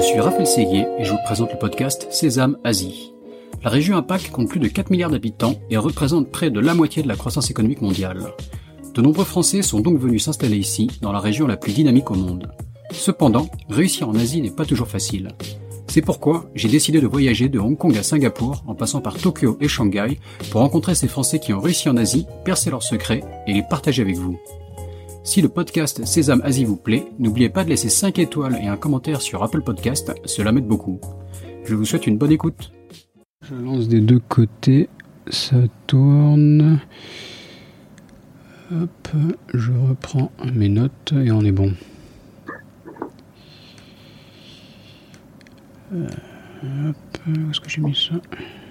suis Raphaël Séguier et je vous présente le podcast Sésame Asie. La région APAC compte plus de 4 milliards d'habitants et représente près de la moitié de la croissance économique mondiale. De nombreux Français sont donc venus s'installer ici, dans la région la plus dynamique au monde. Cependant, réussir en Asie n'est pas toujours facile. C'est pourquoi j'ai décidé de voyager de Hong Kong à Singapour, en passant par Tokyo et Shanghai, pour rencontrer ces Français qui ont réussi en Asie, percer leurs secrets et les partager avec vous. Si le podcast Sésame Asie vous plaît, n'oubliez pas de laisser 5 étoiles et un commentaire sur Apple Podcast, cela m'aide beaucoup. Je vous souhaite une bonne écoute. Je lance des deux côtés, ça tourne. Hop, je reprends mes notes et on est bon. Hop, où est-ce que j'ai mis ça ?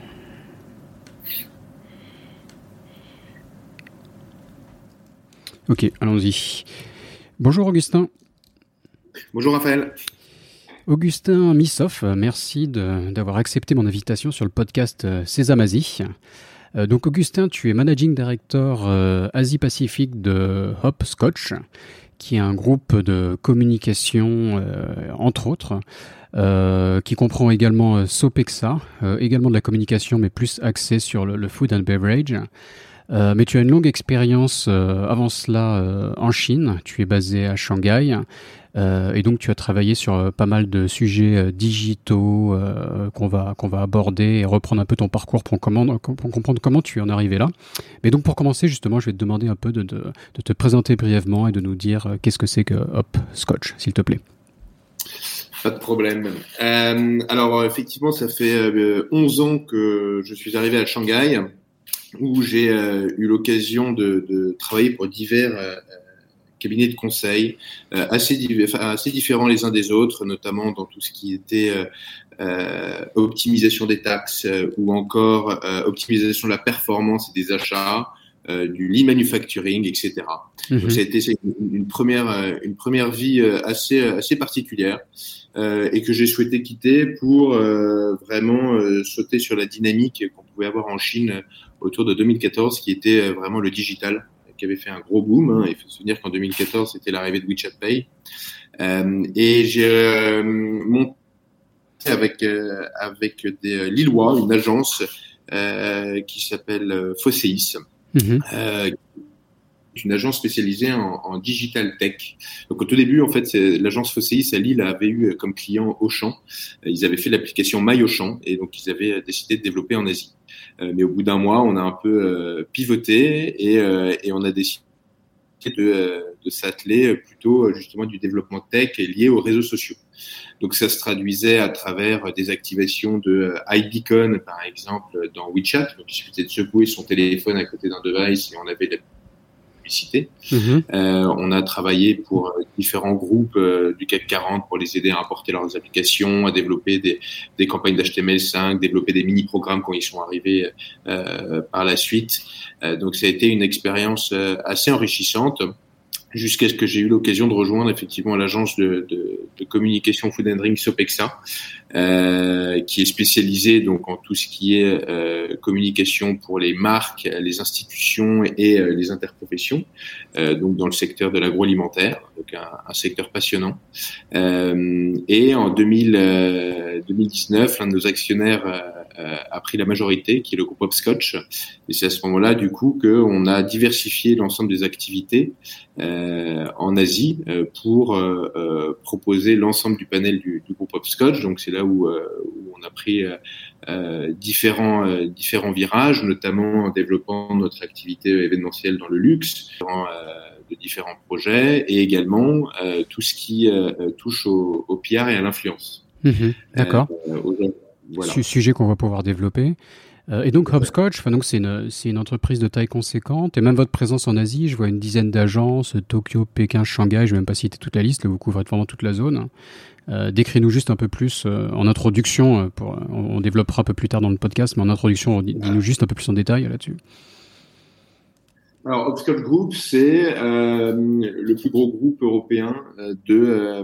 Ok, allons-y. Bonjour Augustin. Bonjour Raphaël. Augustin Missoff, merci d'avoir accepté mon invitation sur le podcast Sésame Asie. Donc Augustin, tu es Managing Director Asie-Pacifique de Hopscotch, qui est un groupe de communication, entre autres, qui comprend également Sopexa, également de la communication, mais plus axée sur le food and beverage. Mais tu as une longue expérience avant cela en Chine. Tu es basé à Shanghai et donc tu as travaillé sur pas mal de sujets digitaux qu'on va aborder et reprendre un peu ton parcours pour comprendre comment tu en es arrivé là. Mais donc pour commencer justement, je vais te demander un peu de te présenter brièvement et de nous dire qu'est-ce que c'est que Hopscotch, s'il te plaît. Pas de problème. Alors effectivement, ça fait 11 ans que je suis arrivé à Shanghai, où j'ai eu l'occasion de travailler pour divers cabinets de conseil assez différents les uns des autres, notamment dans tout ce qui était optimisation des taxes ou encore optimisation de la performance et des achats, du lean manufacturing, etc. Donc ça a été une première vie assez particulière et que j'ai souhaité quitter pour vraiment sauter sur la dynamique qu'on pouvait avoir en Chine autour de 2014, qui était vraiment le digital, qui avait fait un gros boom. Il faut se souvenir qu'en 2014, c'était l'arrivée de WeChat Pay. Et j'ai monté avec des Lillois, une agence qui s'appelle Fosseis, une agence spécialisée en digital tech. Donc au tout début, en fait, l'agence Fosseis à Lille avait eu comme client Auchan. Ils avaient fait l'application My Auchan et donc ils avaient décidé de développer en Asie. Mais au bout d'un mois, on a un peu pivoté et on a décidé de s'atteler plutôt justement du développement tech lié aux réseaux sociaux. Donc ça se traduisait à travers des activations de iBeacon, par exemple, dans WeChat. Donc il suffisait de secouer son téléphone à côté d'un device et on avait la publicité. On a travaillé pour différents groupes du CAC 40 pour les aider à importer leurs applications, à développer des campagnes d'HTML5, développer des mini-programmes quand ils sont arrivés par la suite. Donc ça a été une expérience assez enrichissante, jusqu'à ce que j'ai eu l'occasion de rejoindre effectivement l'agence de communication Food and Drink Sopexa, qui est spécialisée donc en tout ce qui est communication pour les marques, les institutions et les interprofessions, donc dans le secteur de l'agroalimentaire, donc un secteur passionnant. Et en 2019, l'un de nos actionnaires a pris la majorité, qui est le groupe Hopscotch, et c'est à ce moment-là du coup qu'on a diversifié l'ensemble des activités en Asie pour proposer l'ensemble du panel du groupe Hopscotch. Donc c'est là où on a pris différents virages, notamment en développant notre activité événementielle dans le luxe, de différents projets, et également tout ce qui touche au PR et à l'influence. D'accord. Voilà. Sujet qu'on va pouvoir développer. Et donc Hopscotch, donc c'est une entreprise de taille conséquente, et même votre présence en Asie, je vois une dizaine d'agences, Tokyo, Pékin, Shanghai, je vais même pas citer toute la liste, là, vous couvrez vraiment toute la zone. Décris-nous juste un peu plus en introduction, on développera un peu plus tard dans le podcast, mais en introduction, dis-nous juste un peu plus en détail là-dessus. Alors Hopscotch Group, c'est le plus gros groupe européen de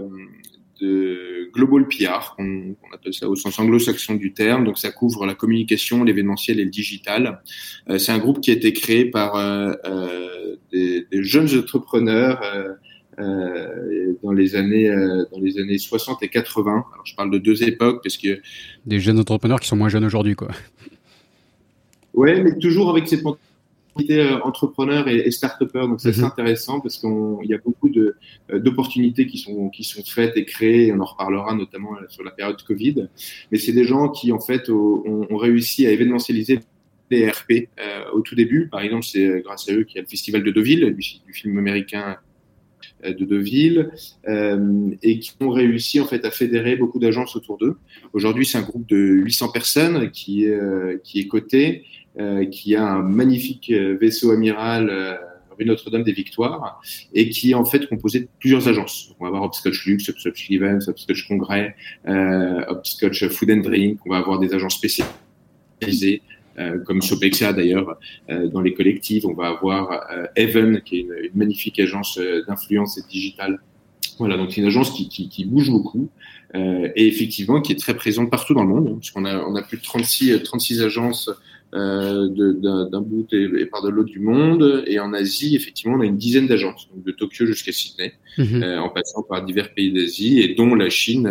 Global PR, on appelle ça au sens anglo-saxon du terme. Donc ça couvre la communication, l'événementiel et le digital. C'est un groupe qui a été créé par des jeunes entrepreneurs dans les années 60 et 80. Alors, je parle de deux époques parce que des jeunes entrepreneurs qui sont moins jeunes aujourd'hui, quoi. Ouais, mais toujours avec cette mentalité entrepreneur et start-upper. Donc, c'est assez intéressant parce qu'il y a beaucoup d'opportunités qui sont faites et créées. Et on en reparlera notamment sur la période Covid. Mais c'est des gens qui, en fait, ont réussi à événementialiser les RP au tout début. Par exemple, c'est grâce à eux qu'il y a le festival de Deauville, du film américain de Deauville, et qui ont réussi en fait à fédérer beaucoup d'agences autour d'eux. Aujourd'hui, c'est un groupe de 800 personnes qui est coté, qui a un magnifique vaisseau amiral rue Notre-Dame des Victoires, et qui est en fait composé de plusieurs agences. On va avoir Hopscotch Luxe, Hopscotch Events, Hopscotch Congrès, Hopscotch Food and Drink. On va avoir des agences spécialisées comme Sopexia d'ailleurs, dans les collectives. On va avoir Even, qui est une magnifique agence d'influence et digitale. Voilà, donc c'est une agence qui bouge beaucoup et effectivement qui est très présente partout dans le monde, hein, puisqu'on a plus de 36 agences d'un bout et par de l'autre du monde. Et en Asie, effectivement, on a une dizaine d'agences, donc de Tokyo jusqu'à Sydney, en passant par divers pays d'Asie, et dont la Chine,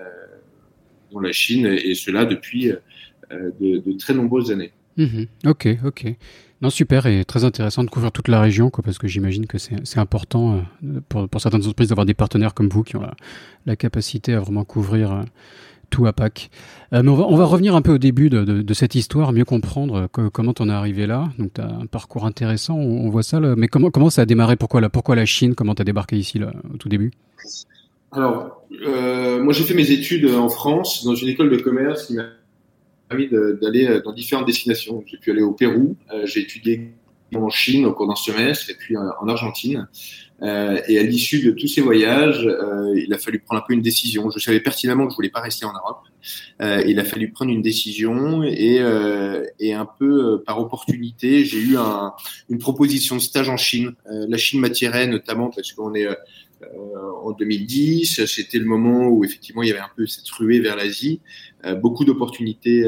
et cela depuis de très nombreuses années. Ok. Non, super, et très intéressant de couvrir toute la région, quoi, parce que j'imagine que c'est important pour certaines entreprises d'avoir des partenaires comme vous qui ont la capacité à vraiment couvrir tout APAC. Mais on va revenir un peu au début de cette histoire, mieux comprendre comment t'en es arrivé là. Donc tu as un parcours intéressant, on voit ça là. Mais comment ça a démarré? Pourquoi la Chine? Comment t'as débarqué ici là, au tout début? Alors, moi j'ai fait mes études en France dans une école de commerce qui m'a permis d'aller dans différentes destinations. J'ai pu aller au Pérou, j'ai étudié en Chine au cours d'un semestre, et puis en Argentine. Et à l'issue de tous ces voyages, il a fallu prendre un peu une décision. Je savais pertinemment que je voulais pas rester en Europe. Il a fallu prendre une décision, et un peu par opportunité, j'ai eu une proposition de stage en Chine. La Chine m'attirait notamment parce qu'on est en 2010, c'était le moment où effectivement il y avait un peu cette ruée vers l'Asie, beaucoup d'opportunités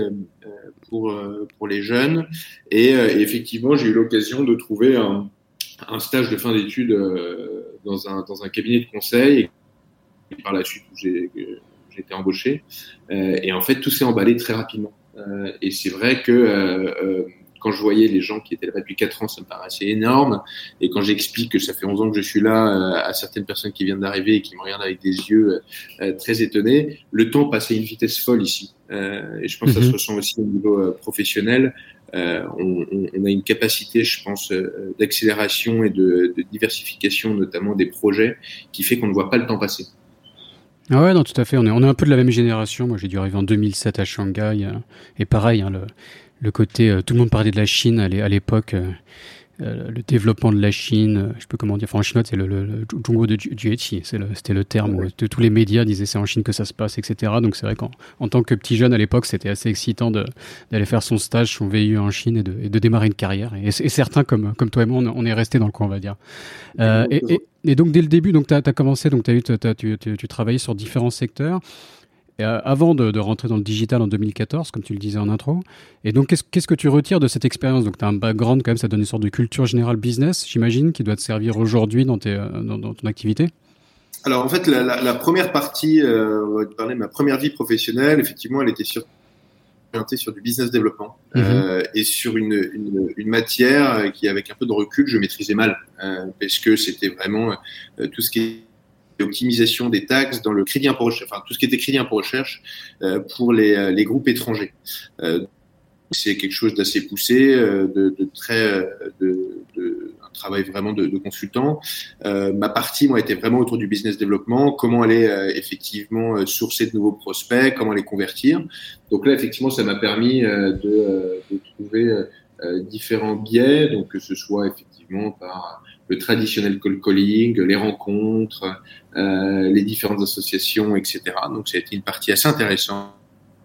pour les jeunes, et effectivement j'ai eu l'occasion de trouver un stage de fin d'études dans un cabinet de conseil, et par la suite où j'ai été embauché, et en fait tout s'est emballé très rapidement, et c'est vrai que quand je voyais les gens qui étaient là depuis 4 ans, ça me paraissait énorme. Et quand j'explique que ça fait 11 ans que je suis là à certaines personnes qui viennent d'arriver et qui me regardent avec des yeux très étonnés, le temps passe à une vitesse folle ici. Et je pense que ça se ressent aussi au niveau professionnel. On a une capacité, je pense, d'accélération et de diversification, notamment des projets, qui fait qu'on ne voit pas le temps passer. Ah ouais, non, tout à fait. On est un peu de la même génération. Moi, j'ai dû arriver en 2007 à Shanghai. Et pareil, hein, le côté, tout le monde parlait de la Chine à l'époque, le développement de la Chine, je sais pas comment dire, enfin en chinois c'est le Zhongguo de Jueqi, c'était le terme où tous les médias disaient c'est en Chine que ça se passe, etc. Donc c'est vrai qu'en tant que petit jeune à l'époque, c'était assez excitant d'aller faire son stage, son VIE en Chine et de démarrer une carrière. Et certains comme toi et moi, on est restés dans le coin, on va dire. Et donc dès le début, donc t'as commencé, donc tu travaillais sur différents secteurs. Avant de rentrer dans le digital en 2014, comme tu le disais en intro. Et donc, qu'est-ce que tu retires de cette expérience? Donc, tu as un background quand même, ça donne une sorte de culture générale business, j'imagine, qui doit te servir aujourd'hui dans ton activité. Alors, en fait, la première partie, on va te parler de ma première vie professionnelle. Effectivement, elle était orientée sur du business développement et sur une matière qui, avec un peu de recul, je maîtrisais mal parce que c'était vraiment tout ce qui est optimisation des taxes dans le crédit impôt recherche, enfin tout ce qui était crédit impôt recherche pour les groupes étrangers. C'est quelque chose d'assez poussé, un travail vraiment de consultant. Ma partie, moi, était vraiment autour du business développement, comment aller effectivement sourcer de nouveaux prospects, comment les convertir. Donc là, effectivement, ça m'a permis de trouver différents biais, donc que ce soit effectivement par le traditionnel cold calling, les rencontres, les différentes associations, etc. Donc ça a été une partie assez intéressante.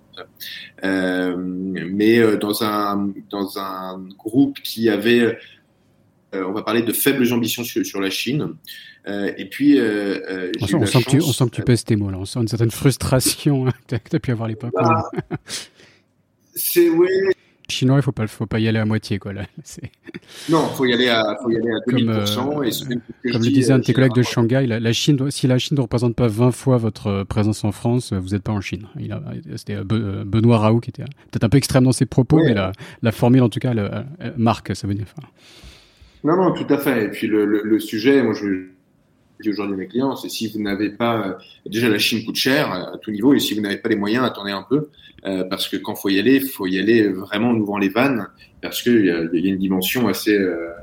Mais dans un groupe qui avait, on va parler de faibles ambitions sur la Chine. Et puis, on sent que tu pèses tes mots là. On sent une certaine frustration que tu as pu avoir à l'époque. C'est oui. chinois, faut pas y aller à moitié, quoi. Là, Non, faut y aller à 2000%. Comme le disait un de tes collègues de Shanghai, la Chine, si la Chine ne représente pas 20 fois votre présence en France, vous n'êtes pas en Chine. C'était Benoît Raoult qui était peut-être un peu extrême dans ses propos, mais la formule, en tout cas, elle marque, ça veut dire. Non, tout à fait. Et puis le sujet, moi je dis aujourd'hui à mes clients, c'est si vous n'avez pas, déjà la Chine coûte cher à tout niveau, et si vous n'avez pas les moyens, attendez un peu, parce que quand faut y aller vraiment en ouvrant les vannes, parce que il y a une dimension assez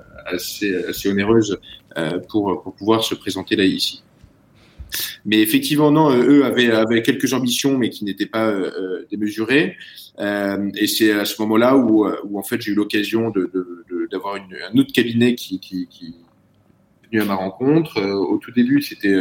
onéreuse pour pouvoir se présenter là ici. Mais effectivement, non, eux avaient quelques ambitions, mais qui n'étaient pas démesurées. Et c'est à ce moment-là où en fait j'ai eu l'occasion d'avoir un autre cabinet qui est venu à ma rencontre. Au tout début, c'était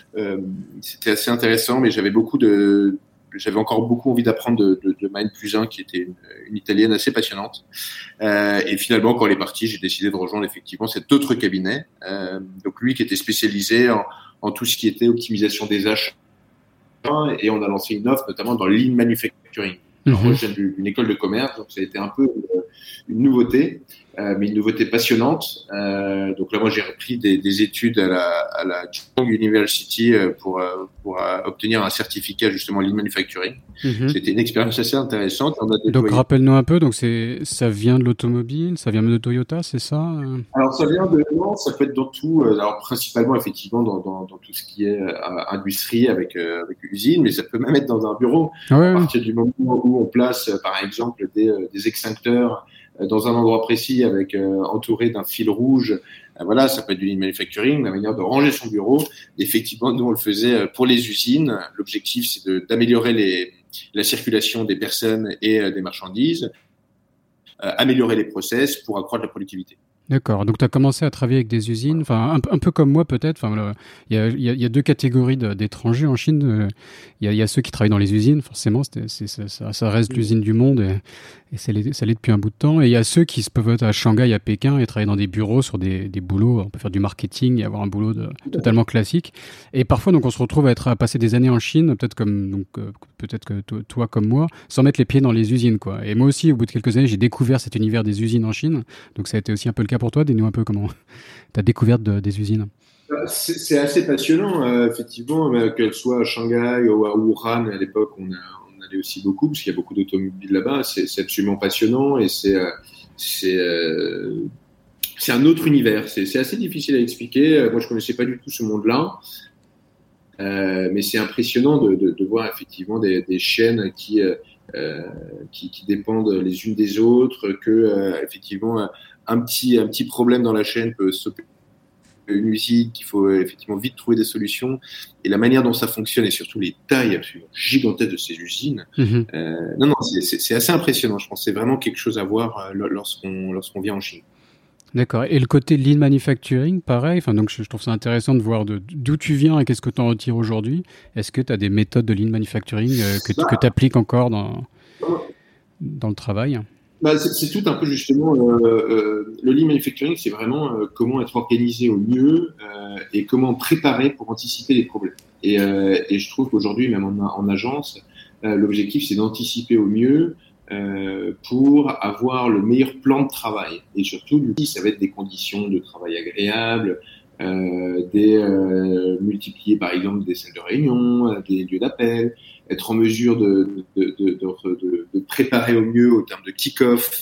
assez intéressant, mais j'avais encore beaucoup envie d'apprendre de Mind Plus 1, qui était une italienne assez passionnante. Et finalement, quand elle est partie, j'ai décidé de rejoindre effectivement cet autre cabinet. Donc lui qui était spécialisé en tout ce qui était optimisation des achats, et on a lancé une offre notamment dans le lean manufacturing. Alors moi, je viens d'une école de commerce, donc ça a été un peu une nouveauté, mais une nouveauté passionnante. Donc là, moi, j'ai repris des études à la Chong University pour obtenir un certificat justement Lean Manufacturing. C'était une expérience assez intéressante. Donc rappelle-nous un peu. Donc ça vient de l'automobile, ça vient de Toyota, c'est ça? Alors ça peut être dans tout. Alors principalement effectivement dans tout ce qui est industrie avec usine, mais ça peut même être dans un bureau. À partir du moment où on place par exemple des extincteurs dans un endroit précis avec entouré d'un fil rouge, voilà, ça peut être du lean manufacturing, la manière de ranger son bureau. Effectivement, nous on le faisait pour les usines. L'objectif c'est d'améliorer la circulation des personnes et des marchandises, améliorer les process pour accroître la productivité. D'accord. Donc, tu as commencé à travailler avec des usines, enfin, un peu comme moi peut-être. Enfin, il y a deux catégories d'étrangers en Chine. Il y a ceux qui travaillent dans les usines, forcément. Ça reste l'usine du monde et ça l'est depuis un bout de temps. Et il y a ceux qui peuvent être à Shanghai, à Pékin et travailler dans des bureaux sur des boulots. On peut faire du marketing et avoir un boulot totalement classique. Et parfois, donc, on se retrouve à passer des années en Chine, peut-être que toi comme moi, sans mettre les pieds dans les usines, quoi. Et moi aussi, au bout de quelques années, j'ai découvert cet univers des usines en Chine. Donc, ça a été aussi un peu le cas pour toi. Dis-nous un peu comment ta découverte des usines. C'est assez passionnant, effectivement, qu'elle soit à Shanghai ou à Wuhan. À l'époque, on allait aussi beaucoup parce qu'il y a beaucoup d'automobiles là-bas. C'est absolument passionnant et c'est un autre univers. C'est assez difficile à expliquer. Moi, je connaissais pas du tout ce monde-là. Mais c'est impressionnant de voir effectivement des chaînes qui dépendent les unes des autres, que effectivement un petit problème dans la chaîne peut stopper une usine, qu'il faut effectivement vite trouver des solutions, et la manière dont ça fonctionne et surtout les tailles absolument gigantesques de ces usines. Non, c'est assez impressionnant. Je pense que c'est vraiment quelque chose à voir lorsqu'on vient en Chine. D'accord. Et le côté lean manufacturing, pareil. Enfin, donc je trouve ça intéressant de voir d'où tu viens et qu'est-ce que tu en retires aujourd'hui. Est-ce que tu as des méthodes de lean manufacturing que tu appliques encore dans le travail? C'est tout un peu justement le lean manufacturing, c'est vraiment comment être organisé au mieux et comment préparer pour anticiper les problèmes. Et je trouve qu'aujourd'hui, même en agence, l'objectif c'est d'anticiper au mieux pour avoir le meilleur plan de travail. Et surtout, ça va être des conditions de travail agréables, multiplier par exemple des salles de réunion, des lieux d'appel, être en mesure de préparer au mieux au terme de kick-off,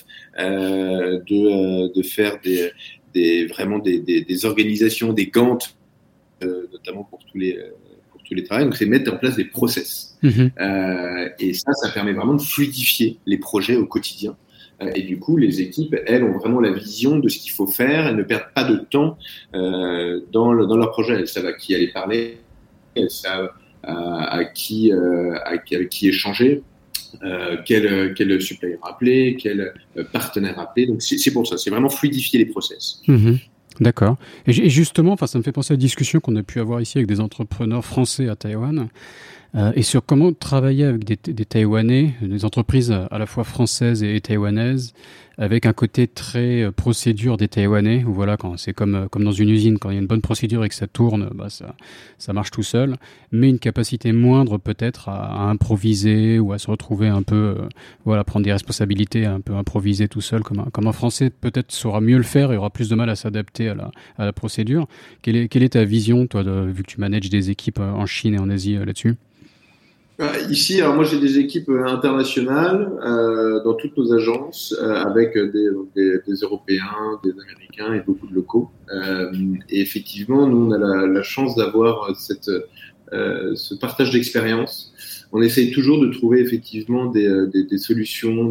de faire vraiment des organisations, des Gantt, notamment pour tous les travails. Donc, c'est mettre en place des process. Et ça permet vraiment de fluidifier les projets au quotidien. Et du coup, les équipes, elles, ont vraiment la vision de ce qu'il faut faire. Elles ne perdent pas de temps dans leur projet. Elles savent à qui aller parler, elles savent avec qui échanger, quel supplier appeler, quel partenaire appeler. Donc, c'est pour ça. C'est vraiment fluidifier les process. D'accord. Et justement, ça me fait penser à la discussion qu'on a pu avoir ici avec des entrepreneurs français à Taïwan. Et sur comment travailler avec des Taïwanais, des entreprises à la fois françaises et taïwanaises, avec un côté très procédure des Taïwanais, où voilà, quand c'est comme dans une usine, quand il y a une bonne procédure et que ça tourne, bah ça marche tout seul, mais une capacité moindre peut-être à improviser ou à se retrouver un peu, voilà, prendre des responsabilités, un peu improviser tout seul, comme un Français peut-être saura mieux le faire et aura plus de mal à s'adapter à la procédure. Quelle est ta vision, toi, vu que tu manages des équipes en Chine et en Asie là-dessus? Ici, alors moi j'ai des équipes internationales dans toutes nos agences avec des Européens, des Américains et beaucoup de locaux. Et effectivement, nous on a la chance d'avoir ce partage d'expérience. On essaye toujours de trouver effectivement des solutions,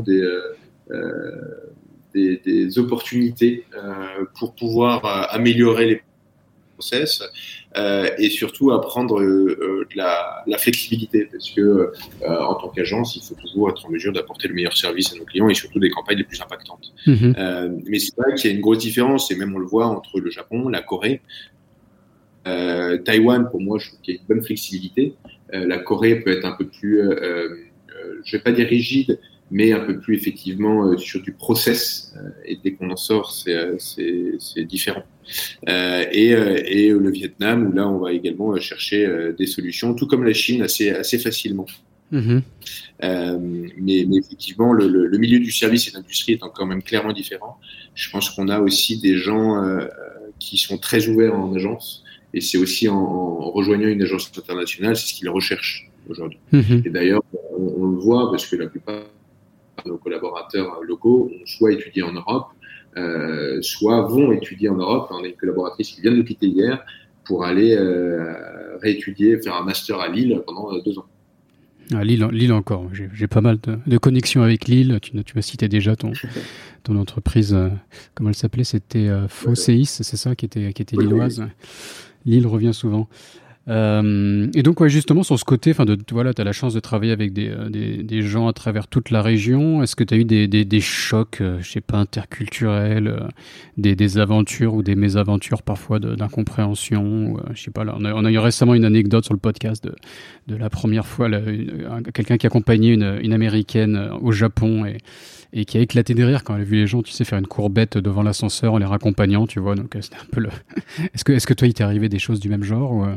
des opportunités pour pouvoir améliorer les process et surtout apprendre de la flexibilité parce que en tant qu'agence, il faut toujours être en mesure d'apporter le meilleur service à nos clients et surtout des campagnes les plus impactantes. Mais c'est vrai qu'il y a une grosse différence et même on le voit entre le Japon, la Corée. Taïwan, pour moi, je trouve qu'il y a une bonne flexibilité. La Corée peut être un peu plus, je vais pas dire rigide, mais un peu plus effectivement sur du process. Et dès qu'on en sort, c'est différent. Et le Vietnam, où là, on va également chercher des solutions, tout comme la Chine, assez facilement. Mais effectivement, le milieu du service et de l'industrie est quand même clairement différent. Je pense qu'on a aussi des gens qui sont très ouverts en agence. Et c'est aussi en rejoignant une agence internationale, c'est ce qu'ils recherchent aujourd'hui. Et d'ailleurs, on le voit parce que la plupart de nos collaborateurs locaux ont soit étudié en Europe, soit vont étudier en Europe. On a une collaboratrice qui vient de nous quitter hier pour aller réétudier, faire un master à Lille pendant 2 ans. À Lille encore. J'ai pas mal de connexions avec Lille. Tu m'as cité déjà ton entreprise. Comment elle s'appelait? C'était Fosséis, c'est ça, qui était lilloise. Oui. Lille revient souvent. Et donc, ouais, justement, sur ce côté, voilà, tu as la chance de travailler avec des gens à travers toute la région. Est-ce que tu as eu des chocs, je sais pas, interculturels, des aventures ou des mésaventures parfois d'incompréhension je sais pas, là, on a eu récemment une anecdote sur le podcast de la première fois, quelqu'un qui accompagnait une Américaine au Japon et qui a éclaté de rire quand elle a vu les gens, tu sais, faire une courbette devant l'ascenseur en les raccompagnant, tu vois. Donc, c'était un peu le... Est-ce que toi, il t'est arrivé des choses du même genre ou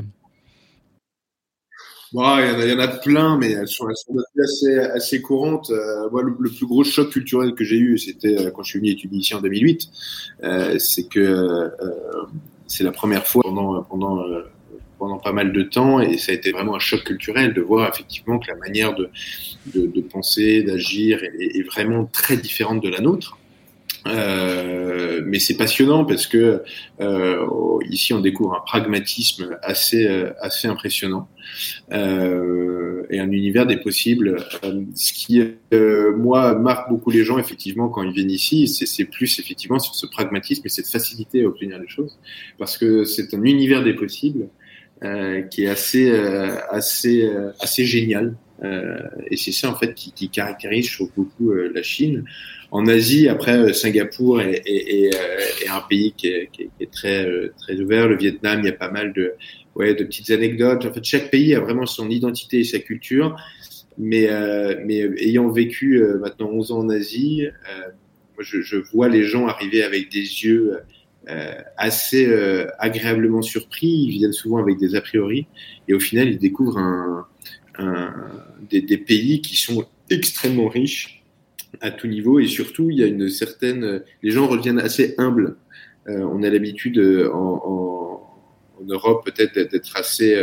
Bon, il y en a plein, mais elles sont assez courantes. Moi, le plus gros choc culturel que j'ai eu, c'était quand je suis venu étudier ici en 2008. C'est que c'est la première fois pendant pas mal de temps, et ça a été vraiment un choc culturel de voir effectivement que la manière de penser, d'agir est vraiment très différente de la nôtre. Mais c'est passionnant parce que ici on découvre un pragmatisme assez impressionnant et un univers des possibles. Ce qui moi marque beaucoup les gens effectivement quand ils viennent ici, c'est plus effectivement sur ce pragmatisme et cette facilité à obtenir les choses, parce que c'est un univers des possibles qui est assez génial. Et c'est ça en fait qui caractérise, je trouve, beaucoup la Chine. En Asie, après, Singapour est un pays qui est très ouvert. Le Vietnam, il y a pas mal de petites anecdotes. En fait, chaque pays a vraiment son identité et sa culture. Mais ayant vécu maintenant 11 ans en Asie, moi, je vois les gens arriver avec des yeux assez agréablement surpris. Ils viennent souvent avec des a priori, et au final, ils découvrent des pays qui sont extrêmement riches à tout niveau, et surtout, il y a une certaine... Les gens reviennent assez humbles. On a l'habitude en Europe peut-être d'être assez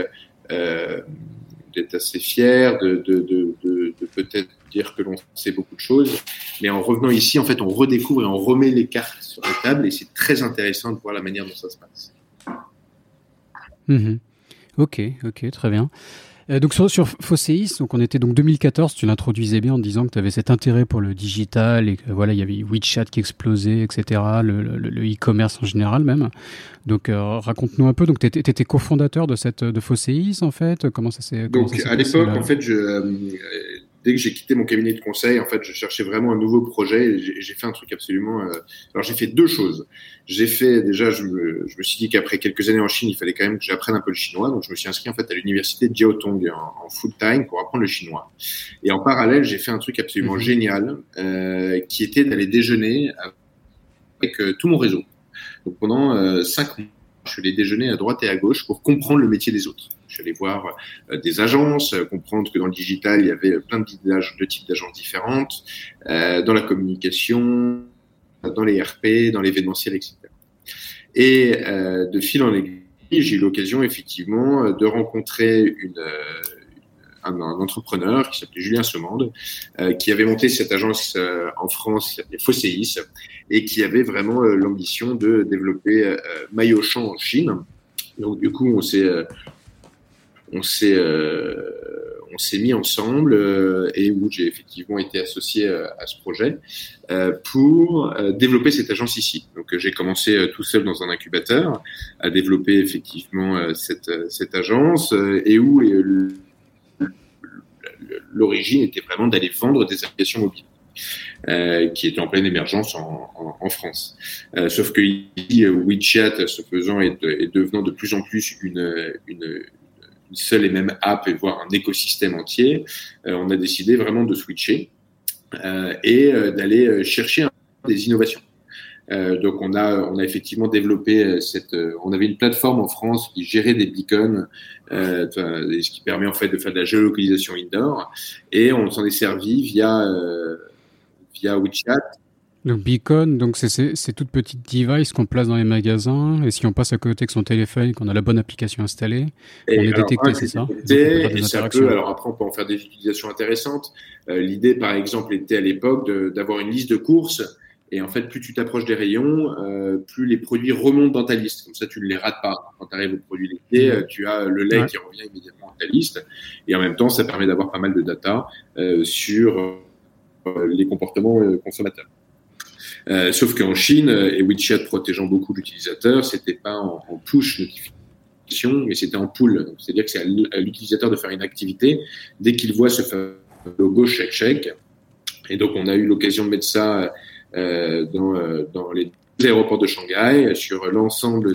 fier, de peut-être dire que l'on sait beaucoup de choses, mais en revenant ici, en fait, on redécouvre et on remet les cartes sur la table, et c'est très intéressant de voir la manière dont ça se passe. Ok, très bien. Donc sur Fosséis, donc on était donc 2014, tu l'introduisais bien en disant que tu avais cet intérêt pour le digital et que voilà, il y avait WeChat qui explosait, etc., le e-commerce en général même. Donc raconte-nous un peu, donc tu étais cofondateur de Fosséis en fait, comment ça s'est Donc à l'époque, en fait, dès que j'ai quitté mon cabinet de conseil, en fait, je cherchais vraiment un nouveau projet. Et j'ai fait un truc absolument. Alors, j'ai fait deux choses. J'ai fait déjà, je me suis dit qu'après quelques années en Chine, il fallait quand même que j'apprenne un peu le chinois. Donc, je me suis inscrit en fait à l'université de Jiaotong en full time pour apprendre le chinois. Et en parallèle, j'ai fait un truc absolument génial, qui était d'aller déjeuner avec tout mon réseau. Donc, pendant 5 mois, je suis allé déjeuner à droite et à gauche pour comprendre le métier des autres. Je suis allé voir des agences, comprendre que dans le digital, il y avait plein de types d'agences différentes, dans la communication, dans les RP, dans l'événementiel, etc. Et de fil en aiguille, j'ai eu l'occasion effectivement de rencontrer un entrepreneur qui s'appelait Julien Semande, qui avait monté cette agence en France qui s'appelait Fosséis et qui avait vraiment l'ambition de développer Maillotchamp en Chine. Donc du coup, on s'est mis ensemble et où j'ai effectivement été associé à ce projet pour développer cette agence ici. Donc j'ai commencé tout seul dans un incubateur à développer effectivement cette agence et où l'origine était vraiment d'aller vendre des applications mobiles. Qui était en pleine émergence en France. Sauf que ici, WeChat, ce faisant, est devenant de plus en plus une seule et même app et voire un écosystème entier. On a décidé vraiment de switcher et d'aller chercher des innovations. Donc on a effectivement développé on avait une plateforme en France qui gérait des beacons, ce qui permet en fait de faire de la géolocalisation indoor, et on s'en est servi via WeChat. Donc Beacon, donc c'est toute petite device qu'on place dans les magasins, et si on passe à côté avec son téléphone, qu'on a la bonne application installée, on est détecté, c'est ça? Et ça peut, alors après on peut en faire des utilisations intéressantes. L'idée par exemple était à l'époque d'avoir une liste de courses, et en fait plus tu t'approches des rayons, plus les produits remontent dans ta liste. Comme ça tu ne les rates pas. Quand tu arrives aux produits laitiers, tu as le lait qui revient immédiatement dans ta liste, et en même temps ça permet d'avoir pas mal de data sur les comportements consommateurs. Sauf qu'en Chine, et WeChat protégeant beaucoup l'utilisateur, c'était pas en push notification, mais c'était en pull. Donc, c'est-à-dire que c'est à l'utilisateur de faire une activité dès qu'il voit ce logo check. Et donc, on a eu l'occasion de mettre ça dans les aéroports de Shanghai, sur l'ensemble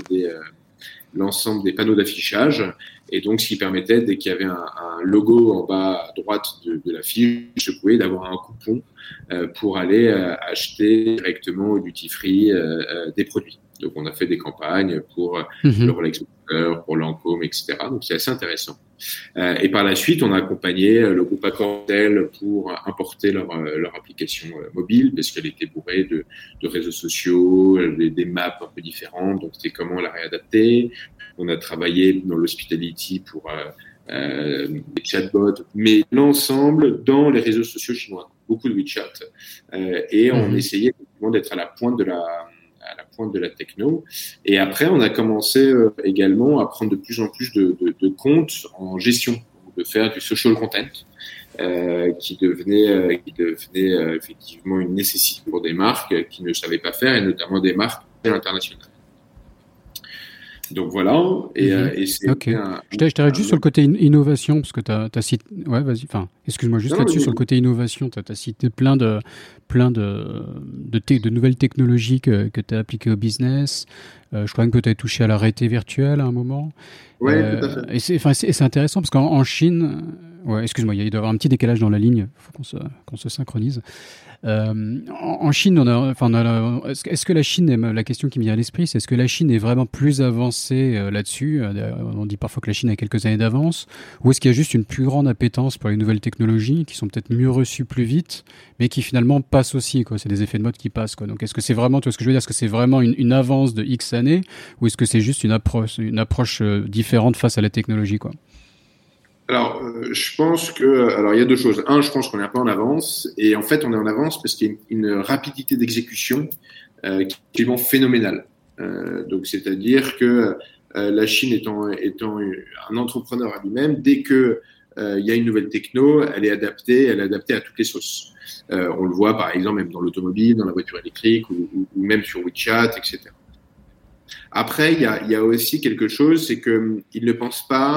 des panneaux d'affichage. Et donc, ce qui permettait, dès qu'il y avait un logo en bas à droite de l'affiche, je pouvais d'avoir un coupon pour aller acheter directement au duty free des produits. Donc, on a fait des campagnes pour le Rolex Walker, pour Lancôme, etc. Donc, c'est assez intéressant. Et par la suite, on a accompagné le groupe Accordel pour importer leur application mobile, parce qu'elle était bourrée de réseaux sociaux, des maps un peu différentes. Donc, c'était comment la réadapter. On a travaillé dans l'hospitality pour des chatbots, mais l'ensemble dans les réseaux sociaux chinois, beaucoup de WeChat. Et on essayait d'être à la pointe de la techno. Et après, on a commencé également à prendre de plus en plus de comptes en gestion, de faire du social content, qui devenait effectivement une nécessité pour des marques qui ne savaient pas faire, et notamment des marques internationales. Donc voilà, et c'est je t'arrête juste sur le côté innovation, parce que tu as cité... Ouais, vas-y, enfin, excuse-moi, juste là-dessus, sur le côté innovation, tu as cité plein de nouvelles technologies que tu as appliquées au business. Je crois que tu as touché à la réalité virtuelle à un moment. Oui, tout à fait. Et c'est intéressant, parce qu'en Chine... Ouais, excuse-moi, il doit y avoir un petit décalage dans la ligne, il faut qu'on se synchronise. En Chine, est-ce que la Chine, la question qui me vient à l'esprit, c'est est-ce que la Chine est vraiment plus avancée là-dessus? On dit parfois que la Chine a quelques années d'avance, ou est-ce qu'il y a juste une plus grande appétence pour les nouvelles technologies qui sont peut-être mieux reçues plus vite, mais qui finalement passent aussi, quoi? C'est des effets de mode qui passent, quoi. Donc est-ce que c'est vraiment, tu vois ce que je veux dire, est-ce que c'est vraiment une avance de X années, ou est-ce que c'est juste une approche différente face à la technologie, quoi? Alors, je pense il y a deux choses. Un, je pense qu'on est un peu en avance, et en fait, on est en avance parce qu'il y a une rapidité d'exécution qui est absolument phénoménale. Donc, c'est-à-dire que la Chine étant un entrepreneur à lui-même, dès que il y a une nouvelle techno, elle est adaptée à toutes les sauces. On le voit par exemple même dans l'automobile, dans la voiture électrique, ou même sur WeChat, etc. Après, il y a aussi quelque chose, c'est qu'ils ne pensent pas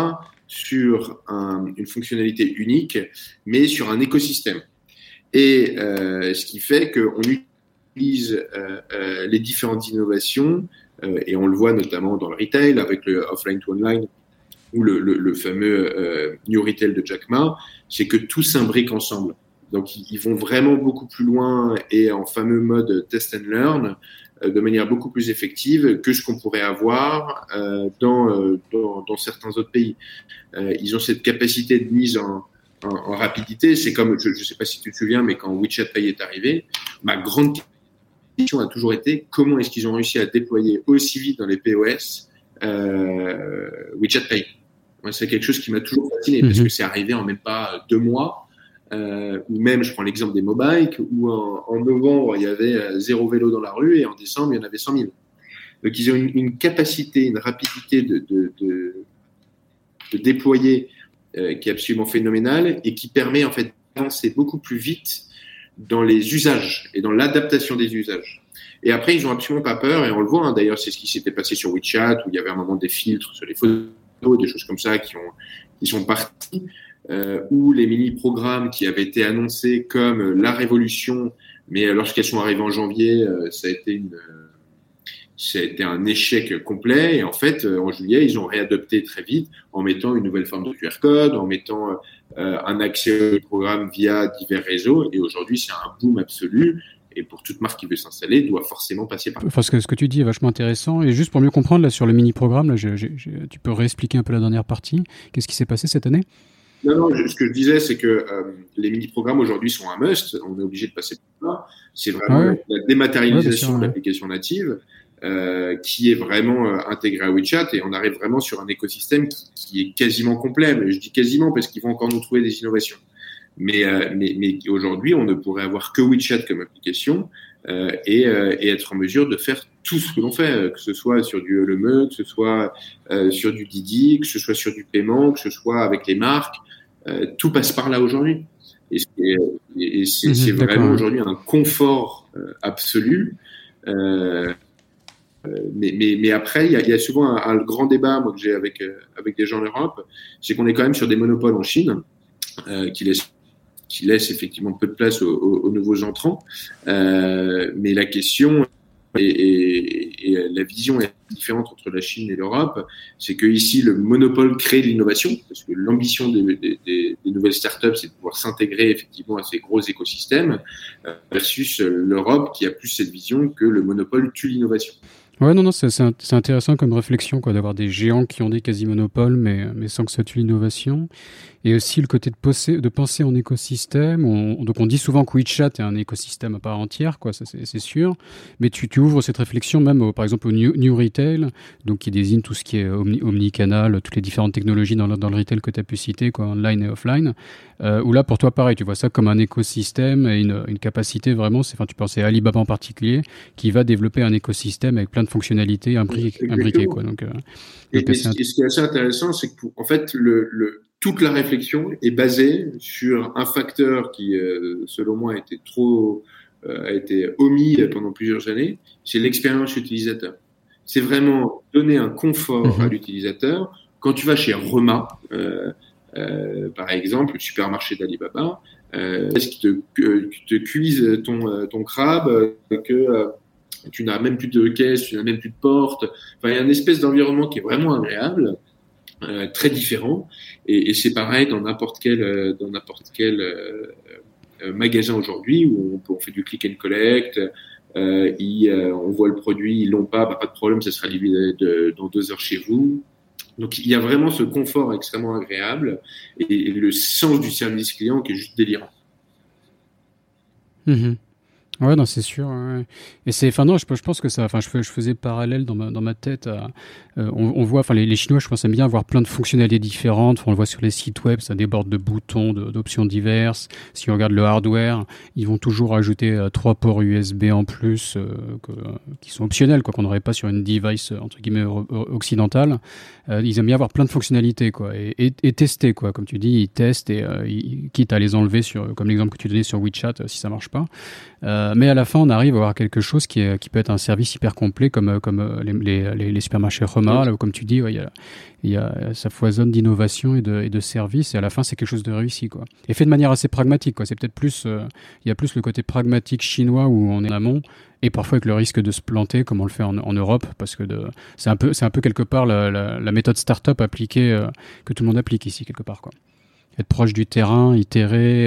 sur une fonctionnalité unique, mais sur un écosystème. Et ce qui fait qu'on utilise les différentes innovations, et on le voit notamment dans le retail avec le offline to online ou le fameux New Retail de Jack Ma, c'est que tout s'imbrique ensemble. Donc, ils vont vraiment beaucoup plus loin et en fameux mode test and learn de manière beaucoup plus effective que ce qu'on pourrait avoir dans certains autres pays. Ils ont cette capacité de mise en rapidité. C'est comme, je ne sais pas si tu te souviens, mais quand WeChat Pay est arrivé, ma grande question a toujours été comment est-ce qu'ils ont réussi à déployer aussi vite dans les POS WeChat Pay. Moi, c'est quelque chose qui m'a toujours fasciné parce que c'est arrivé en même pas 2 mois. Ou même, je prends l'exemple des Mobike, où en novembre, il y avait 0 vélo dans la rue et en décembre, il y en avait 100 000. Donc, ils ont une capacité, une rapidité de déployer qui est absolument phénoménale et qui permet en fait d'avancer beaucoup plus vite dans les usages et dans l'adaptation des usages. Et après, ils n'ont absolument pas peur, et on le voit, hein, d'ailleurs, c'est ce qui s'était passé sur WeChat, où il y avait un moment des filtres sur les photos, des choses comme ça qui sont partis. Ou les mini-programmes qui avaient été annoncés comme la révolution, mais lorsqu'elles sont arrivées en janvier, ça a été un échec complet. Et en fait, en juillet, ils ont réadopté très vite en mettant une nouvelle forme de QR code, en mettant un accès au programme via divers réseaux. Et aujourd'hui, c'est un boom absolu. Et pour toute marque qui veut s'installer, doit forcément passer par là. Enfin, ce que tu dis est vachement intéressant. Et juste pour mieux comprendre, là, sur le mini-programme, là, tu peux réexpliquer un peu la dernière partie. Qu'est-ce qui s'est passé cette année ? Non, ce que je disais, c'est que les mini-programmes aujourd'hui sont un must. On est obligé de passer par là. C'est vraiment la dématérialisation de l'application native qui est vraiment intégrée à WeChat, et on arrive vraiment sur un écosystème qui est quasiment complet. Mais je dis quasiment parce qu'ils vont encore nous trouver des innovations. Mais aujourd'hui, on ne pourrait avoir que WeChat comme application et être en mesure de faire tout ce que l'on fait, que ce soit sur du LME, que ce soit sur du Didi, que ce soit sur du paiement, que ce soit avec les marques. Tout passe par là aujourd'hui. Et c'est vraiment aujourd'hui un confort absolu. Mais après, il y a souvent un grand débat, moi, que j'ai avec des gens en Europe, c'est qu'on est quand même sur des monopoles en Chine qui laissent effectivement peu de place aux nouveaux entrants. Mais la question et la vision est différente entre la Chine et l'Europe, c'est que ici le monopole crée l'innovation, parce que l'ambition des nouvelles startups, c'est de pouvoir s'intégrer effectivement à ces gros écosystèmes, versus l'Europe qui a plus cette vision que le monopole tue l'innovation. Ouais, non, c'est intéressant comme réflexion, quoi, d'avoir des géants qui ont des quasi-monopoles, mais sans que ça tue l'innovation. Et aussi le côté de penser en écosystème. Donc on dit souvent que WeChat est un écosystème à part entière, quoi, ça c'est sûr. Mais tu ouvres cette réflexion même, par exemple, au New Retail, donc qui désigne tout ce qui est omnicanal, toutes les différentes technologies dans le retail que tu as pu citer, quoi, online et offline. Où là, pour toi, pareil, tu vois ça comme un écosystème et une capacité vraiment, tu pensais à Alibaba en particulier, qui va développer un écosystème avec plein de fonctionnalités imbriquées, quoi. Donc, et ce qui est assez intéressant, c'est que en fait, toute la réflexion est basée sur un facteur qui, selon moi, a été omis pendant plusieurs années, c'est l'expérience utilisateur. C'est vraiment donner un confort à l'utilisateur. Quand tu vas chez Rema, par exemple, le supermarché d'Alibaba, est-ce qu'ils te cuisent ton crabe, que tu n'as même plus de caisse, tu n'as même plus de porte. Enfin, il y a une espèce d'environnement qui est vraiment agréable, très différent. Et c'est pareil dans n'importe quel magasin aujourd'hui où on fait du click and collect. On voit le produit, ils l'ont pas, pas de problème, ça sera livré dans 2 heures chez vous. Donc il y a vraiment ce confort extrêmement agréable et le sens du service client qui est juste délirant. Ouais, non, c'est sûr. Ouais. Et je pense que ça. Je faisais parallèle dans ma tête. On voit, les Chinois, je pense, aiment bien avoir plein de fonctionnalités différentes. On le voit sur les sites web, ça déborde de boutons, d'options diverses. Si on regarde le hardware, ils vont toujours ajouter 3 ports USB en plus qui sont optionnels, quoi, qu'on n'aurait pas sur une device entre guillemets occidentale. Ils aiment bien avoir plein de fonctionnalités, quoi, et tester, quoi. Comme tu dis, ils testent et quitte à les enlever comme l'exemple que tu donnais sur WeChat si ça marche pas. Mais à la fin, on arrive à avoir quelque chose qui peut être un service hyper complet, comme les supermarchés Rema, là où, comme tu dis, ouais, ça foisonne d'innovation et de services, et à la fin, c'est quelque chose de réussi, quoi. Et fait de manière assez pragmatique, quoi. C'est peut-être plus, il y a plus le côté pragmatique chinois où on est en amont, et parfois avec le risque de se planter, comme on le fait en Europe, parce que c'est un peu quelque part la méthode start-up appliquée, que tout le monde applique ici, quelque part, quoi. Être proche du terrain, itérer.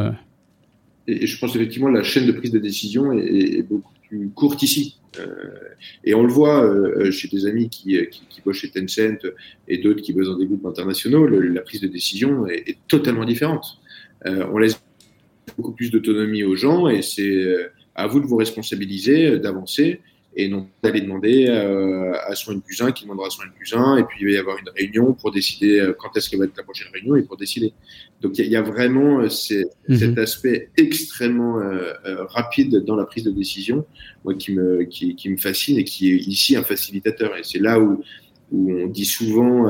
Et je pense effectivement la chaîne de prise de décision est beaucoup plus courte ici. Et on le voit chez des amis qui bossent chez Tencent et d'autres qui bossent dans des groupes internationaux, la prise de décision est totalement différente. On laisse beaucoup plus d'autonomie aux gens et c'est à vous de vous responsabiliser, d'avancer et non d'aller demander à son N+1 qui demandera à son N+1 et puis il va y avoir une réunion pour décider quand est-ce que va être la prochaine réunion et pour décider. Donc il y a vraiment cet aspect extrêmement rapide dans la prise de décision, moi qui me fascine et qui est ici un facilitateur. Et c'est là où on dit souvent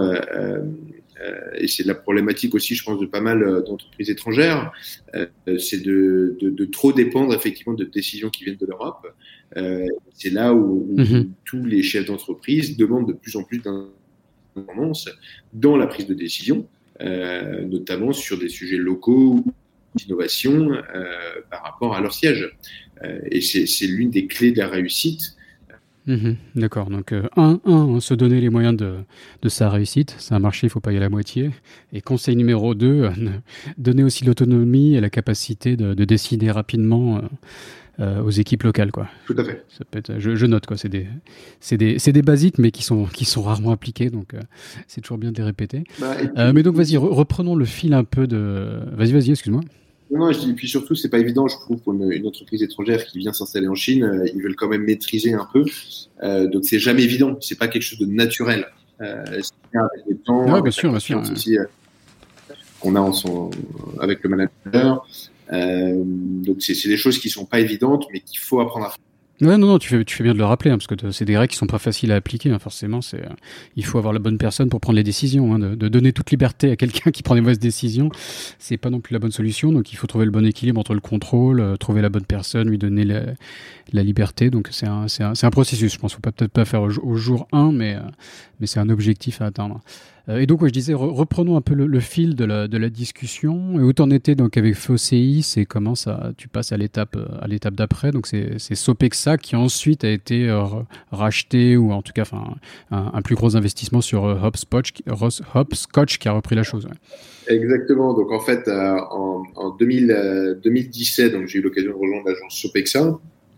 et c'est la problématique aussi, je pense, de pas mal d'entreprises étrangères, c'est de trop dépendre effectivement de décisions qui viennent de l'Europe. C'est là où tous les chefs d'entreprise demandent de plus en plus d'indépendance dans la prise de décision, notamment sur des sujets locaux d'innovation par rapport à leur siège. Et c'est l'une des clés de la réussite. D'accord, donc se donner les moyens de sa réussite, c'est un marché, il faut pas y aller à moitié. Et conseil numéro 2, donner aussi l'autonomie et la capacité de décider rapidement aux équipes locales, quoi. Tout à fait. Ça peut être, je note, quoi. C'est des basiques, mais qui sont rarement appliqués, donc c'est toujours bien de les répéter. Mais donc vas-y, reprenons le fil un peu de. Vas-y, excuse-moi. Non, je dis, et puis surtout, c'est pas évident, je trouve, pour une entreprise étrangère qui vient s'installer en Chine, ils veulent quand même maîtriser un peu, donc c'est jamais évident, c'est pas quelque chose de naturel. C'est bien avec le temps, ouais, bien sûr. Aussi, qu'on a avec le manager. Donc c'est des choses qui sont pas évidentes, mais qu'il faut apprendre à faire. Ouais, non, tu fais bien de le rappeler, hein, parce que c'est des règles qui sont pas faciles à appliquer, hein, forcément. Il faut avoir la bonne personne pour prendre les décisions, hein, de donner toute liberté à quelqu'un qui prend des mauvaises décisions, c'est pas non plus la bonne solution. Donc il faut trouver le bon équilibre entre le contrôle, trouver la bonne personne, lui donner la liberté. Donc c'est un processus. Je pense qu'il faut peut-être pas faire au jour 1, mais c'est un objectif à atteindre. Et donc, je disais, reprenons un peu le fil de la discussion. Et où t'en étais donc avec FOCI, c'est comment tu passes à l'étape d'après. Donc, c'est Sopexa qui ensuite a été racheté, ou en tout cas, un plus gros investissement sur Hopscotch qui a repris la chose. Ouais. Exactement. Donc, en fait, en 2017, donc j'ai eu l'occasion de rejoindre l'agence Sopexa,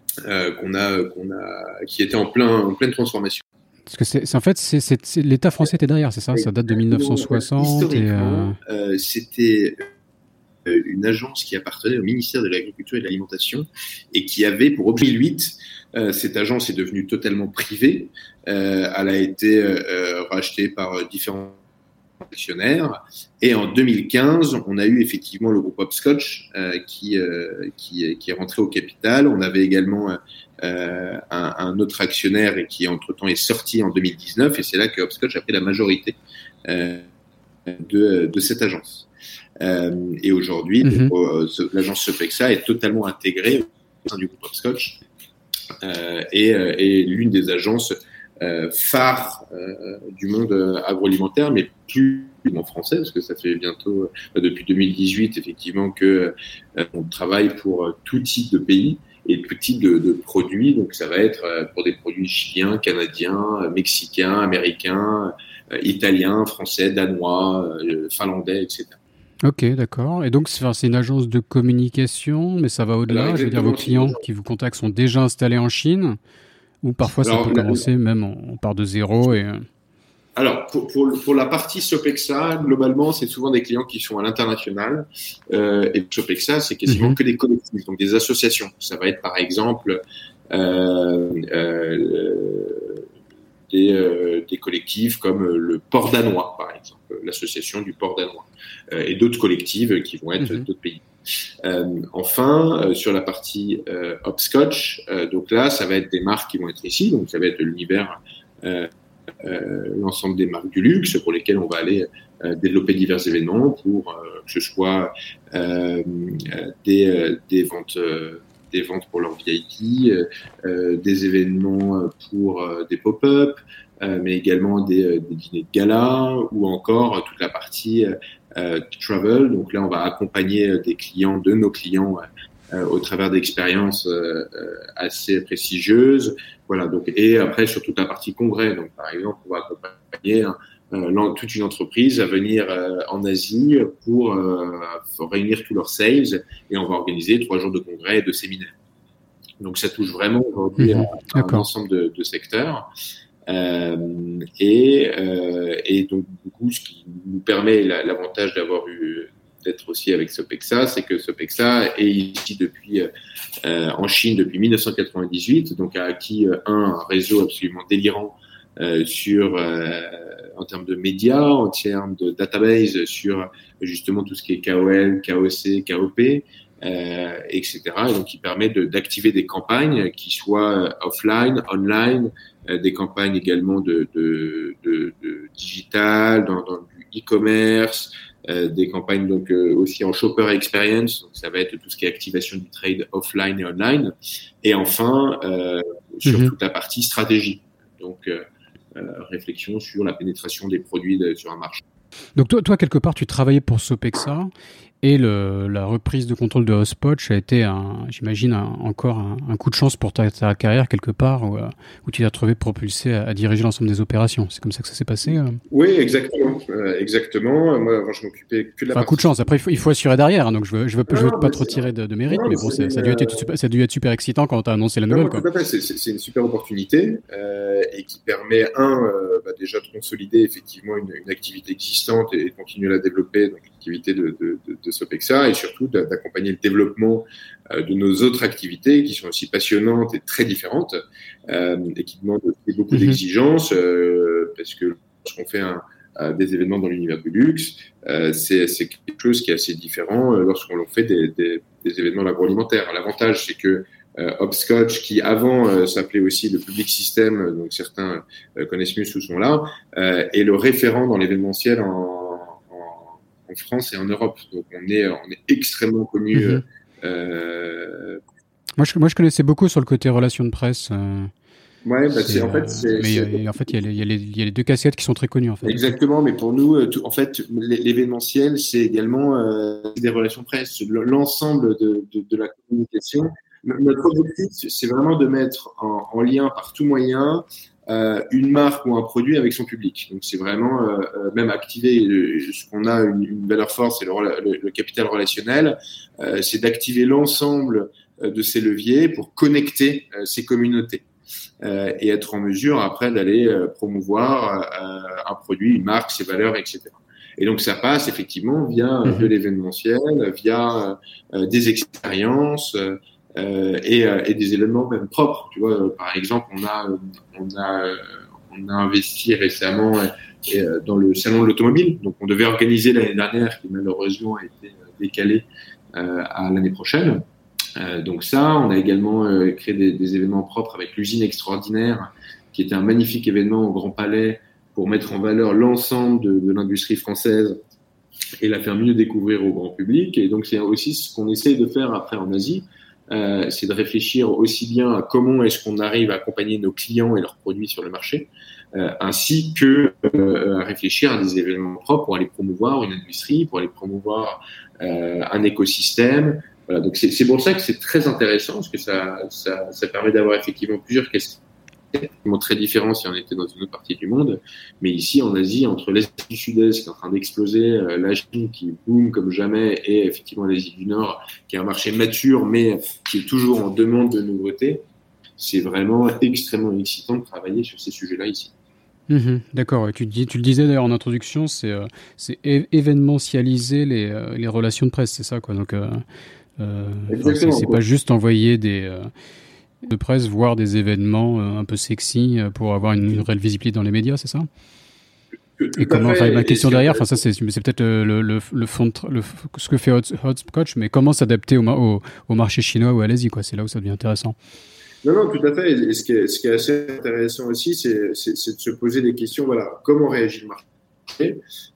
qui était en pleine transformation. Parce que c'est l'État français était derrière, c'est ça? Ça date de 1960. Historiquement, c'était une agence qui appartenait au ministère de l'Agriculture et de l'Alimentation et qui avait pour objet 2008. Cette agence est devenue totalement privée. Elle a été rachetée par différents actionnaires. Et en 2015, on a eu effectivement le groupe Hopscotch qui est rentré au capital. On avait également un autre actionnaire et qui entre-temps est sorti en 2019. Et c'est là que Hopscotch a pris la majorité de cette agence. Et aujourd'hui, l'agence Sopexa est totalement intégrée au sein du groupe Hopscotch et l'une des agences phare du monde agroalimentaire, mais plus en français, parce que ça fait bientôt, depuis 2018, effectivement, que on travaille pour tout type de pays et tout type de produits. Donc, ça va être pour des produits chiliens, canadiens, mexicains, américains, italiens, français, danois, finlandais, etc. Ok, d'accord. Et donc, c'est une agence de communication, mais ça va au-delà. Alors, je veux dire, vos clients qui vous contactent sont déjà installés en Chine, ou parfois ça peut commencer, même on part de zéro et... Alors, pour la partie Sopexa, globalement, c'est souvent des clients qui sont à l'international. Et Sopexa, c'est quasiment que des collectifs, donc des associations. Ça va être, par exemple, des collectifs comme le Port danois, par exemple, l'association du Port danois, et d'autres collectifs qui vont être d'autres pays. Enfin, sur la partie Hopscotch, donc là, ça va être des marques qui vont être ici, donc ça va être l'univers, l'ensemble des marques du luxe pour lesquelles on va aller développer divers événements pour que ce soit des ventes des ventes pour leur VIP, des événements pour des pop-up, mais également des dîners de gala ou encore toute la partie travel. Donc là, on va accompagner de nos clients au travers d'expériences assez prestigieuses. Voilà. Donc, et après, sur toute la partie congrès. Donc, par exemple, on va accompagner toute une entreprise à venir en Asie pour réunir tous leurs sales, et on va organiser 3 jours de congrès et de séminaires. Donc, ça touche vraiment aujourd'hui à un ensemble de secteurs. Et donc, du coup, ce qui nous permet l'avantage d'être aussi avec Sopexa, c'est que Sopexa est ici en Chine depuis 1998, donc a acquis un réseau absolument délirant en termes de médias, en termes de database sur justement tout ce qui est KOL, KOC, KOP, etc. Et donc, qui permet d'activer des campagnes qui soient offline, online, des campagnes également de digital, dans du e-commerce, des campagnes donc aussi en shopper experience, donc ça va être tout ce qui est activation du trade offline et online, et enfin sur toute la partie stratégie, donc réflexion sur la pénétration des produits sur un marché. Donc toi quelque part tu travaillais pour Sopexa, et la reprise de contrôle de HubSpot a été j'imagine encore un coup de chance pour ta carrière quelque part, où tu t'es retrouvé propulsé à diriger l'ensemble des opérations. C'est comme ça que ça s'est passé Oui, exactement. Moi, avant, je m'occupais que de la partie... Un coup de chance. Après, il faut assurer derrière. Donc, je veux pas trop tirer de mérite, mais bon, ça a dû être super excitant quand tu as annoncé la nouvelle. Tout à fait. C'est une super opportunité et qui permet, déjà de consolider effectivement une activité existante et de continuer à la développer, donc l'activité de Sopexa, et surtout d'accompagner le développement de nos autres activités qui sont aussi passionnantes et très différentes et qui demandent aussi beaucoup d'exigences parce que lorsqu'on fait des événements dans l'univers du luxe, c'est quelque chose qui est assez différent lorsqu'on fait des événements de l'agroalimentaire. L'avantage, c'est que Hopscotch, qui avant s'appelait aussi le Public System, donc certains connaissent mieux ce nom-là, est le référent dans l'événementiel en France et en Europe. Donc on est extrêmement connu. Moi, je connaissais beaucoup sur le côté relations de presse. Ouais, en fait, il y a les deux casquettes qui sont très connues, en fait. Exactement, mais pour nous, en fait, l'événementiel, c'est également des relations presse, l'ensemble de la communication. Notre objectif, c'est vraiment de mettre en lien par tout moyen une marque ou un produit avec son public. Donc, c'est vraiment même activer ce qu'on a une valeur forte, c'est le capital relationnel, c'est d'activer l'ensemble de ces leviers pour connecter ces communautés. Et être en mesure après d'aller promouvoir un produit, une marque, ses valeurs, etc. Et donc ça passe effectivement via de l'événementiel, via des expériences et des éléments même propres. Tu vois, par exemple, on a investi récemment dans le salon de l'automobile. Donc on devait organiser l'année dernière, qui malheureusement a été décalé à l'année prochaine. Donc ça, on a également créé des événements propres avec l'usine extraordinaire, qui était un magnifique événement au Grand Palais pour mettre en valeur l'ensemble de l'industrie française et la faire mieux découvrir au grand public. Et donc c'est aussi ce qu'on essaye de faire après en Asie, c'est de réfléchir aussi bien à comment est-ce qu'on arrive à accompagner nos clients et leurs produits sur le marché, ainsi que à réfléchir à des événements propres pour aller promouvoir une industrie, pour aller promouvoir un écosystème. Voilà, donc c'est pour ça que c'est très intéressant, parce que ça permet d'avoir effectivement plusieurs questions très différents si on était dans une autre partie du monde. Mais ici, en Asie, entre l'Asie du Sud-Est qui est en train d'exploser, la Chine qui boom comme jamais, et effectivement l'Asie du Nord qui est un marché mature mais qui est toujours en demande de nouveautés, c'est vraiment extrêmement excitant de travailler sur ces sujets-là ici. D'accord, tu le disais d'ailleurs en introduction, c'est événementialiser les relations de presse, c'est ça quoi. Donc c'est pas juste envoyer de presse, voir des événements un peu sexy pour avoir une réelle visibilité dans les médias, c'est ça? Et comment, ma question derrière, ça c'est peut-être le fond ce que fait HubSpot, mais comment s'adapter au marché chinois ou à l'Asie, quoi. C'est là où ça devient intéressant. Non, tout à fait. Et ce qui est assez intéressant aussi, c'est de se poser des questions. Voilà, comment réagit le marché?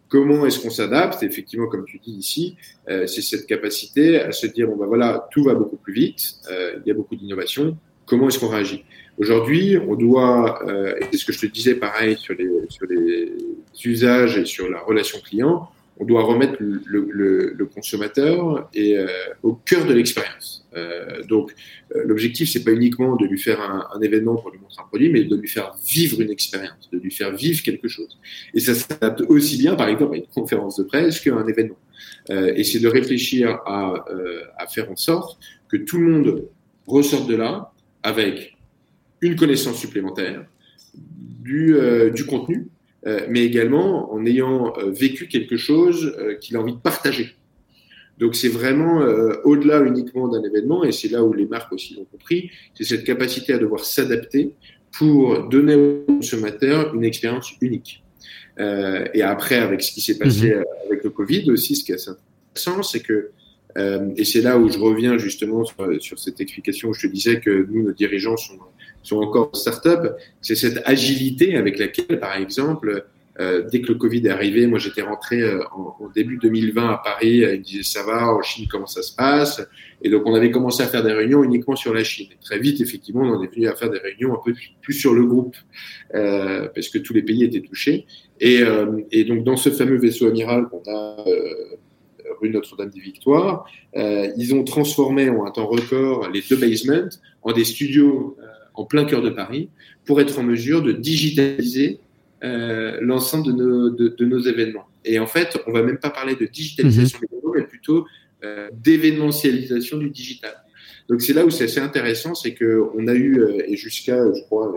Comment est-ce qu'on s'adapte? Effectivement, comme tu dis ici, c'est cette capacité à se dire, bon, ben voilà, tout va beaucoup plus vite, il y a beaucoup d'innovation, comment est-ce qu'on réagit? Aujourd'hui, on doit, et c'est ce que je te disais pareil sur les usages et sur la relation client, on doit remettre le consommateur au cœur de l'expérience. L'objectif, c'est pas uniquement de lui faire un événement pour lui montrer un produit, mais de lui faire vivre une expérience, de lui faire vivre quelque chose. Et ça s'adapte aussi bien, par exemple, à une conférence de presse qu'à un événement. Et c'est de réfléchir à faire en sorte que tout le monde ressorte de là avec une connaissance supplémentaire, du contenu, mais également en ayant vécu quelque chose qu'il a envie de partager. Donc c'est vraiment au-delà uniquement d'un événement, et c'est là où les marques aussi l'ont compris, c'est cette capacité à devoir s'adapter pour donner aux consommateurs une expérience unique. Et après, avec ce qui s'est passé avec le Covid aussi, ce qui est assez intéressant, c'est que et c'est là où je reviens justement sur cette explication où je te disais que nous, nos dirigeants sont encore start-up, c'est cette agilité avec laquelle, par exemple, dès que le Covid est arrivé, moi j'étais rentré en début 2020 à Paris, ils me disaient ça va, en Chine comment ça se passe, et donc on avait commencé à faire des réunions uniquement sur la Chine. Et très vite, effectivement, on en est venu à faire des réunions un peu plus sur le groupe, parce que tous les pays étaient touchés. Et donc dans ce fameux vaisseau amiral qu'on a rue Notre-Dame-des-Victoires, ils ont transformé en un temps record les 2 basements en des studios en plein cœur de Paris pour être en mesure de digitaliser l'ensemble de nos événements. Et en fait, on va même pas parler de digitalisation des événements, mais plutôt d'événementialisation du digital. Donc c'est là où c'est assez intéressant, c'est que on a eu et jusqu'à, je crois,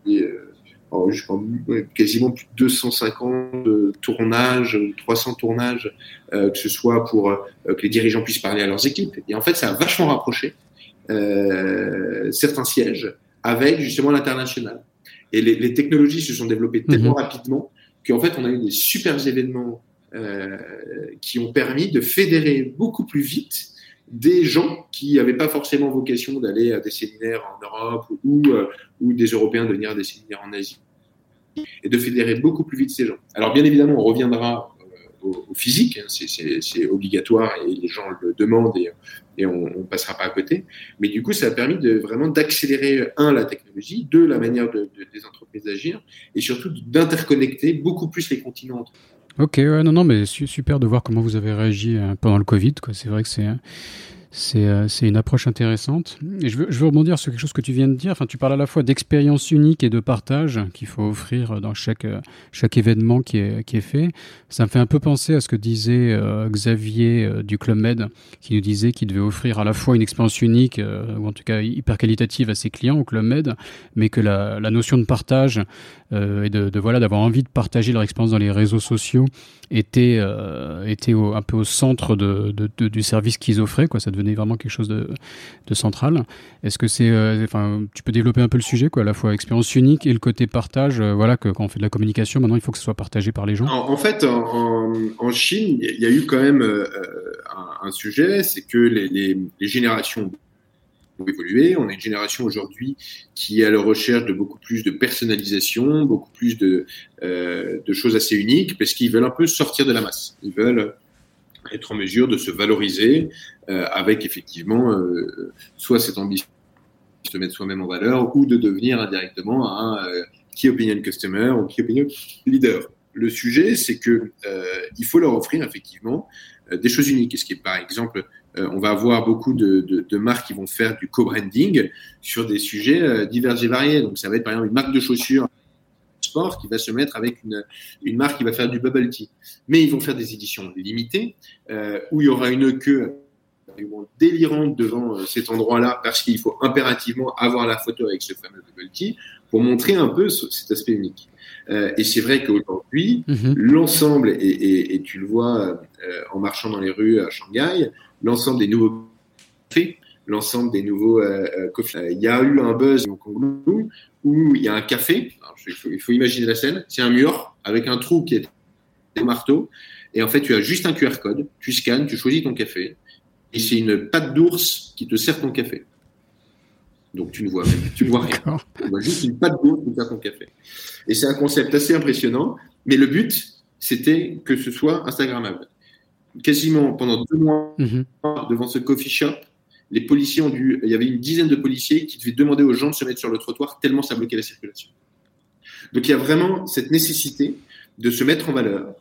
quasiment plus de 250 tournages, 300 tournages, que ce soit pour que les dirigeants puissent parler à leurs équipes. Et en fait, ça a vachement rapproché certains sièges avec justement l'international. Et les technologies se sont développées tellement rapidement qu'en fait, on a eu des super événements qui ont permis de fédérer beaucoup plus vite des gens qui n'avaient pas forcément vocation d'aller à des séminaires en Europe ou des Européens de venir à des séminaires en Asie, et de fédérer beaucoup plus vite ces gens. Alors bien évidemment, on reviendra au physique, hein, c'est obligatoire et les gens le demandent et on ne passera pas à côté. Mais du coup, ça a permis vraiment d'accélérer, la technologie, la manière des entreprises d'agir, et surtout d'interconnecter beaucoup plus les continents entre eux. Ok, ouais, non, mais super de voir comment vous avez réagi pendant le Covid, quoi. C'est vrai que c'est une approche intéressante. Et je veux rebondir sur quelque chose que tu viens de dire. Enfin, tu parles à la fois d'expérience unique et de partage qu'il faut offrir dans chaque événement qui est fait. Ça me fait un peu penser à ce que disait Xavier du Club Med, qui nous disait qu'il devait offrir à la fois une expérience unique, ou en tout cas hyper qualitative à ses clients au Club Med, mais que la notion de partage et d'avoir envie de partager leur expérience dans les réseaux sociaux était un peu au centre du service qu'ils offraient, quoi. Ça devenait vraiment quelque chose de central. Est-ce que tu peux développer un peu le sujet, quoi, à la fois expérience unique et le côté partage, que quand on fait de la communication, maintenant il faut que ce soit partagé par les gens. En fait, en Chine, il y a eu quand même un sujet, c'est que les générations ont évolué. On a une génération aujourd'hui qui est à la recherche de beaucoup plus de personnalisation, beaucoup plus de choses assez uniques, parce qu'ils veulent un peu sortir de la masse. Ils veulent être en mesure de se valoriser avec effectivement soit cette ambition de se mettre soi-même en valeur ou de devenir indirectement un Key Opinion Customer ou Key Opinion Leader. Le sujet, c'est que il faut leur offrir effectivement des choses uniques. Et ce qui est, par exemple, on va avoir beaucoup de marques qui vont faire du co-branding sur des sujets divers et variés. Donc, ça va être par exemple une marque de chaussures sport qui va se mettre avec une marque qui va faire du bubble tea. Mais ils vont faire des éditions limitées où il y aura une queue délirante devant cet endroit-là parce qu'il faut impérativement avoir la photo avec ce fameux bubble tea pour montrer un peu cet aspect unique. Et c'est vrai qu'aujourd'hui, l'ensemble, et tu le vois en marchant dans les rues à Shanghai, l'ensemble des nouveaux cafés, l'ensemble des nouveaux coffee. Il y a eu un buzz au Congo où il y a un café. Alors, il faut imaginer la scène. C'est un mur avec un trou qui est un marteau. Et en fait, tu as juste un QR code. Tu scannes, tu choisis ton café. Et c'est une patte d'ours qui te sert ton café. Donc, tu ne vois rien. Tu vois juste une patte d'ours qui te sert ton café. Et c'est un concept assez impressionnant. Mais le but, c'était que ce soit Instagrammable. Quasiment pendant 2 mois, devant ce coffee shop, les policiers il y avait une dizaine de policiers qui devaient demander aux gens de se mettre sur le trottoir tellement ça bloquait la circulation. Donc il y a vraiment cette nécessité de se mettre en valeur,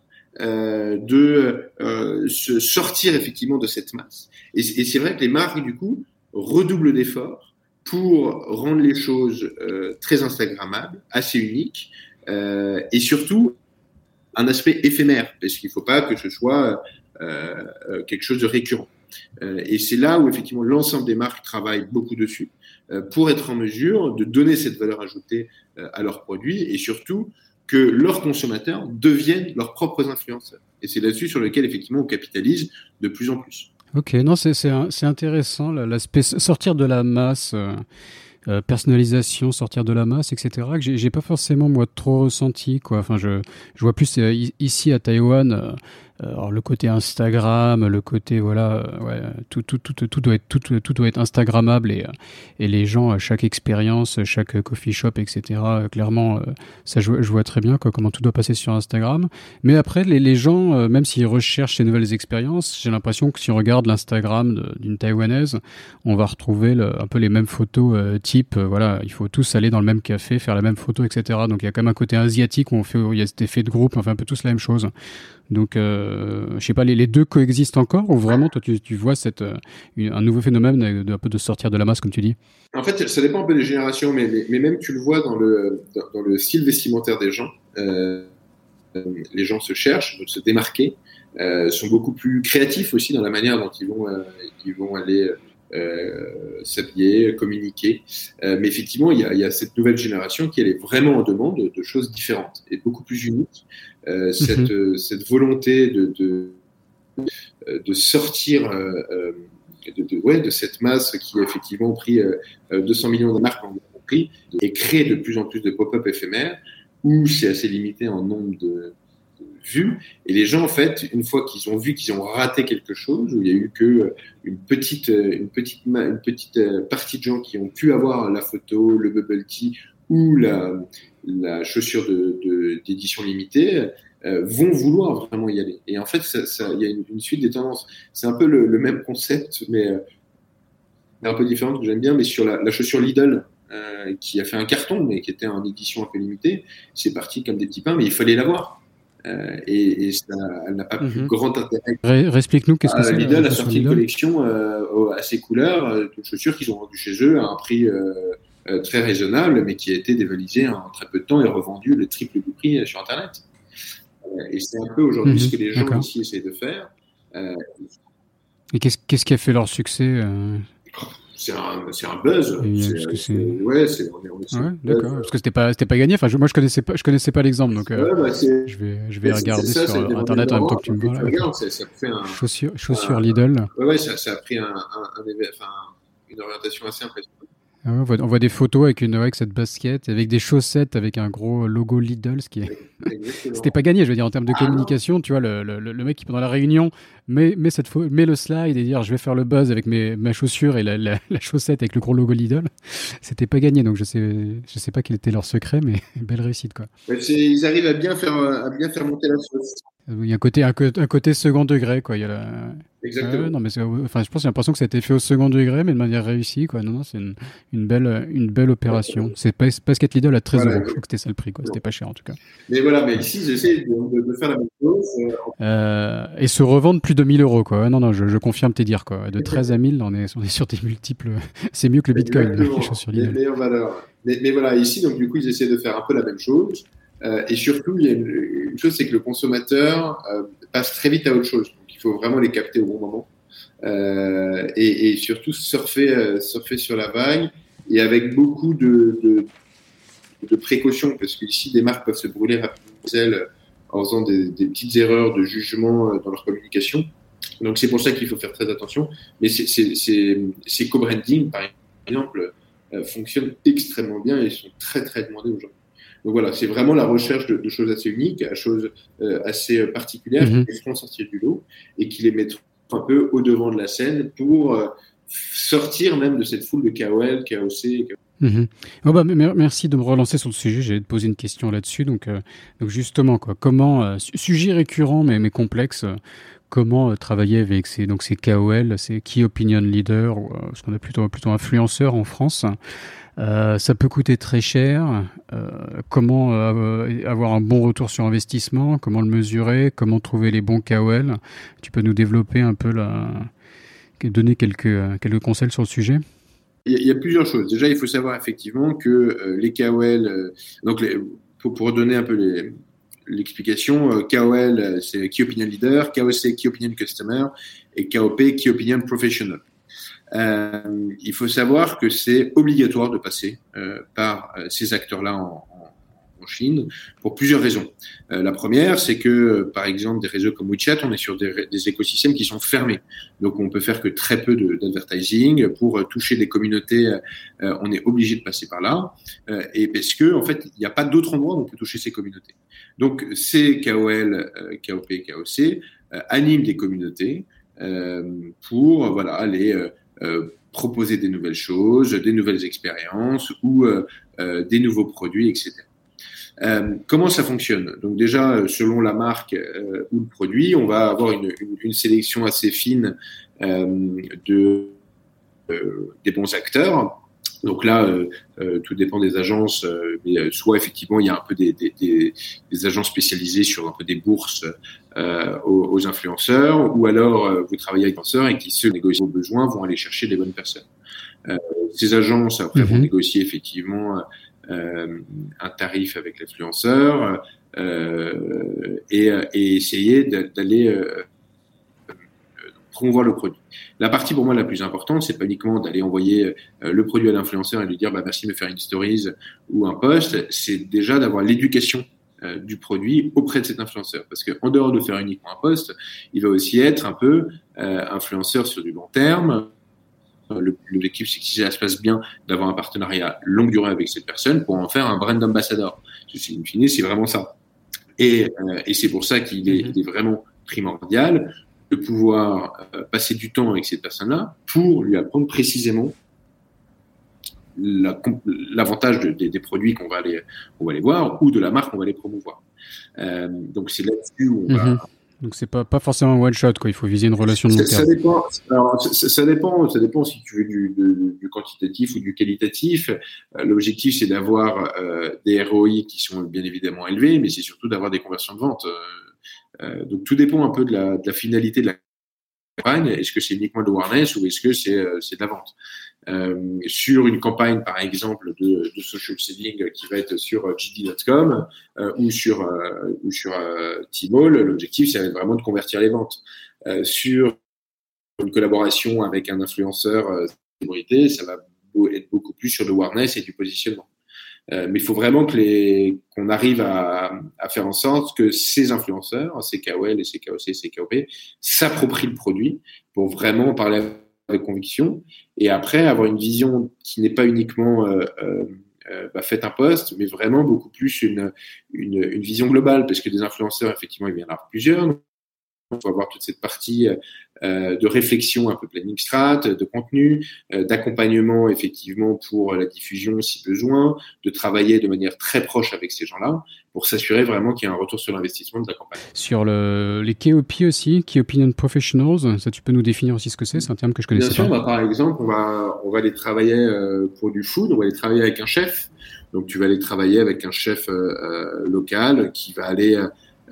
de se sortir effectivement de cette masse. Et c'est vrai que les marques, du coup, redoublent d'efforts pour rendre les choses très Instagrammables, assez uniques, et surtout un aspect éphémère, parce qu'il ne faut pas que ce soit quelque chose de récurrent. Et c'est là où effectivement l'ensemble des marques travaillent beaucoup dessus pour être en mesure de donner cette valeur ajoutée à leurs produits et surtout que leurs consommateurs deviennent leurs propres influenceurs. Et c'est là-dessus sur lequel effectivement on capitalise de plus en plus. Ok, non, c'est intéressant l'aspect sortir de la masse. Personnalisation, sortir de la masse, etc. que j'ai pas forcément moi trop ressenti, quoi. Enfin, je vois plus ici à Taïwan. Alors le côté Instagram, le côté voilà, ouais, tout doit être Instagrammable et les gens, chaque expérience, chaque coffee shop, etc. Clairement, ça je vois très bien quoi, comment tout doit passer sur Instagram. Mais après les gens, même s'ils recherchent ces nouvelles expériences, j'ai l'impression que si on regarde l'Instagram d'une Taïwanaise, on va retrouver un peu les mêmes photos type. Voilà, il faut tous aller dans le même café, faire la même photo, etc. Donc il y a quand même un côté asiatique où il y a cet effet de groupe, on fait un peu tous la même chose. Donc, je sais pas, les deux coexistent encore ou vraiment toi tu vois un nouveau phénomène un peu de sortir de la masse comme tu dis? En fait, ça dépend un peu des générations, mais même tu le vois dans le style vestimentaire des gens. Les gens se cherchent, veulent se démarquer, sont beaucoup plus créatifs aussi dans la manière dont ils vont aller s'habiller, communiquer. Mais effectivement, il y a cette nouvelle génération qui elle est vraiment en demande de choses différentes et beaucoup plus uniques. Cette volonté de sortir de cette masse qui a effectivement pris 200 millions de marques en prix et créer de plus en plus de pop-up éphémères où c'est assez limité en nombre de vues. Et les gens, en fait, une fois qu'ils ont vu qu'ils ont raté quelque chose, où il y a eu que une petite partie de gens qui ont pu avoir la photo, le bubble tea ou la chaussure d'édition limitée, vont vouloir vraiment y aller. Et en fait, il y a une suite des tendances. C'est un peu le même concept, mais un peu différent que j'aime bien, mais sur la chaussure Lidl, qui a fait un carton, mais qui était en édition un peu limitée. C'est parti comme des petits pains, mais il fallait l'avoir. Et ça, elle n'a pas plus grand intérêt. Explique-nous qu'est-ce que c'est. Lidl a sorti une collection à ses couleurs, de chaussures qu'ils ont vendues chez eux à un prix très raisonnable, mais qui a été dévalisé en très peu de temps et revendu le triple du prix sur Internet. Et c'est un peu aujourd'hui ce que les gens ici essayent de faire. Et qu'est-ce qui a fait leur succès C'est un buzz. Ouais, d'accord. Parce que c'était pas gagné. Enfin, moi, je connaissais pas l'exemple, donc je vais regarder sur Internet en même temps que tu me parles. Ça fait chaussures Lidl. Ouais, ça a pris une orientation assez impressionnante. On voit des photos avec cette basket, avec des chaussettes, avec un gros logo Lidl, ce qui est... C'était pas gagné, je veux dire, en termes de communication, tu vois, le mec qui pendant la réunion met le slide et dire je vais faire le buzz avec mes chaussures et la chaussette avec le gros logo Lidl, c'était pas gagné, donc je sais pas quel était leur secret, mais belle réussite, quoi. Ils arrivent à bien faire monter la sauce. Il y a un côté second degré, quoi. Il y a Exactement. non, mais je pense que j'ai l'impression que ça a été fait au second degré, mais de manière réussie, quoi. Non, c'est une belle opération. C'est Basket Lidl à 13 €. Je crois que c'était ça le prix, quoi. C'était pas cher, en tout cas. Mais voilà, mais ici, j'essaie de faire la même chose. Et se revendre plus de 1 000 €, quoi. Non, je confirme tes dires, quoi. De 13 à 1000, on est sur des multiples. C'est mieux que le Bitcoin, les chaussures Lidl. Meilleure valeur. Mais voilà, ici, donc, du coup, ils essaient de faire un peu la même chose. Et surtout, il y a une chose, c'est que le consommateur passe très vite à autre chose. Donc, il faut vraiment les capter au bon moment. Et surtout, surfer sur la vague et avec beaucoup de précautions, parce qu'ici, des marques peuvent se brûler rapidement en faisant des petites erreurs de jugement dans leur communication. Donc, c'est pour ça qu'il faut faire très attention. Mais ces co-branding, par exemple, fonctionnent extrêmement bien et sont très, très demandés aujourd'hui. Donc voilà, c'est vraiment la recherche de choses assez uniques, de choses assez particulières qui les feront sortir du lot et qui les mettront un peu au devant de la scène pour sortir même de cette foule de KOL, KOC. Merci de me relancer sur le sujet. J'allais te poser une question là-dessus. Donc justement, comment, sujet récurrent mais complexe, comment travailler avec ces KOL, ces Key Opinion Leaders, ou ce qu'on a plutôt influenceurs en France. Ça peut coûter très cher. Comment avoir un bon retour sur investissement? Comment le mesurer? Comment trouver les bons KOL? Tu peux nous développer un peu donner quelques conseils sur le sujet? Il y a plusieurs choses. Déjà, il faut savoir effectivement que les KOL, pour redonner un peu l'explication, KOL, c'est Key Opinion Leader, KOC, Key Opinion Customer, et KOP, Key Opinion Professional. Il faut savoir que c'est obligatoire de passer par ces acteurs-là en Chine pour plusieurs raisons. La première, c'est que par exemple des réseaux comme WeChat, on est sur des écosystèmes qui sont fermés, donc on peut faire que très peu d'advertising pour toucher des communautés. On est obligé de passer par là, et parce que en fait il n'y a pas d'autre endroit où on peut toucher ces communautés. Donc ces KOL, KOP, KOC animent des communautés pour aller proposer des nouvelles choses, des nouvelles expériences ou des nouveaux produits, etc. Comment ça fonctionne? Donc déjà, selon la marque ou le produit, on va avoir une sélection assez fine des bons acteurs. Donc là, tout dépend des agences, mais soit effectivement il y a un peu des agences spécialisées sur un peu des bourses aux influenceurs, ou alors vous travaillez avec des influenceurs et qui se négocient vos besoins, vont aller chercher les bonnes personnes. Ces agences après vont négocier effectivement un tarif avec l'influenceur et essayer d'aller promouvoir le produit. La partie pour moi la plus importante, c'est pas uniquement d'aller envoyer le produit à l'influenceur et lui dire merci de me faire une stories ou un post, c'est déjà d'avoir l'éducation du produit auprès de cet influenceur, parce que en dehors de faire uniquement un post, il va aussi être un peu influenceur sur du long terme. L'objectif, c'est que si ça se passe bien, d'avoir un partenariat longue durée avec cette personne pour en faire un brand ambassador. In fine, c'est vraiment ça. Et c'est pour ça qu'il est vraiment primordial de pouvoir passer du temps avec cette personne-là pour lui apprendre précisément l'avantage des produits qu'on va aller voir ou de la marque qu'on va aller promouvoir. Donc c'est là-dessus où on va... Donc c'est pas forcément un one shot, quoi. Il faut viser une relation de long terme. Ça dépend si tu veux du quantitatif ou du qualitatif. L'objectif, c'est d'avoir des ROI qui sont bien évidemment élevés, mais c'est surtout d'avoir des conversions de vente. Donc tout dépend un peu de la finalité de la campagne. Est-ce que c'est uniquement de l'awareness ou est-ce que c'est de la vente? Sur une campagne, par exemple, de social selling qui va être sur JD.com ou sur Tmall, l'objectif, c'est vraiment de convertir les ventes. Sur une collaboration avec un influenceur célébrité, ça va être beaucoup plus sur le awareness et du positionnement. Mais il faut vraiment qu'on arrive à faire en sorte que ces influenceurs, ces KOL et ces KOC, ces KOP, s'approprient le produit pour vraiment parler avec conviction, et après avoir une vision qui n'est pas uniquement faites un post, mais vraiment beaucoup plus une vision globale, parce que des influenceurs, effectivement, il y en a plusieurs. Il faut avoir toute cette partie de réflexion, un peu planning strat, de contenu, d'accompagnement effectivement pour la diffusion si besoin, de travailler de manière très proche avec ces gens-là pour s'assurer vraiment qu'il y a un retour sur l'investissement de la campagne. Sur les KOP aussi, Key Opinion Professionals, ça tu peux nous définir aussi ce que c'est? C'est un terme que je connaissais pas. Bien sûr, pas. Par exemple, on va aller travailler pour du food, on va aller travailler avec un chef. Donc tu vas aller travailler avec un chef local qui va aller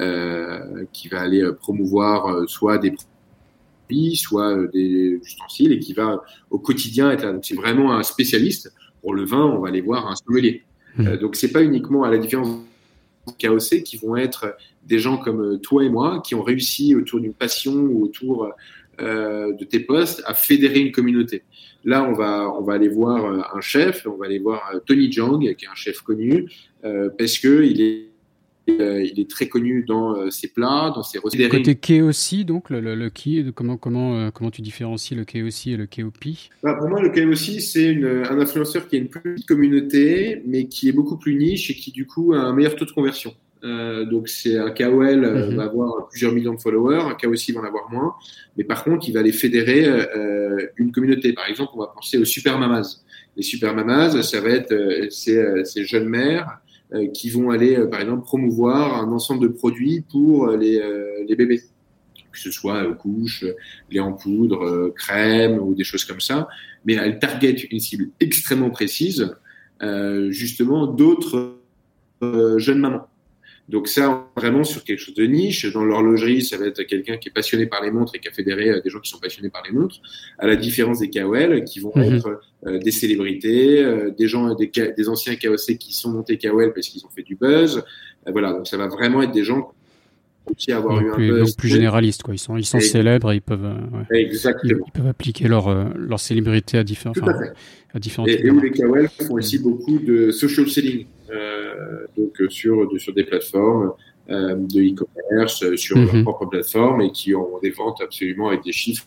promouvoir soit des produits, soit des ustensiles, et qui va au quotidien être là. Donc c'est vraiment un spécialiste. Pour le vin, on va aller voir un sommelier. Donc c'est pas uniquement, à la différence du KOC, qui vont être des gens comme toi et moi qui ont réussi autour d'une passion ou autour de tes posts à fédérer une communauté. Là, on va aller voir un chef, on va aller voir Tony Zhang, qui est un chef connu, parce que il est très connu dans ses plats, dans ses recettes. Côté KOC, donc le key, comment tu différencies le KOC et le KOP? Pour moi, le KOC, c'est un influenceur qui a une plus petite communauté, mais qui est beaucoup plus niche et qui du coup a un meilleur taux de conversion. Donc c'est un KOL va avoir plusieurs millions de followers, un KOC va en avoir moins, mais par contre il va aller fédérer une communauté. Par exemple, on va penser aux super mamas. Les super mamas, ça va être ces jeunes mères qui vont aller par exemple promouvoir un ensemble de produits pour les bébés, que ce soit couches, lait en poudre, crème ou des choses comme ça. Mais elles targetent une cible extrêmement précise, justement d'autres jeunes mamans. Donc ça, vraiment sur quelque chose de niche. Dans l'horlogerie, ça va être quelqu'un qui est passionné par les montres et qui a fédéré des gens qui sont passionnés par les montres, à la différence des KOL qui vont être des célébrités, des gens, des anciens KOC qui sont montés KOL parce qu'ils ont fait du buzz. Voilà, donc ça va vraiment être des gens qui avoir eu un buzz. Donc plus généralistes, quoi. Ils sont célèbres et ils peuvent, exactement. Ils peuvent appliquer leur célébrité à différents et où les KOL font aussi beaucoup de social selling, donc sur des plateformes de e-commerce, sur leur propre plateforme et qui ont des ventes absolument avec des chiffres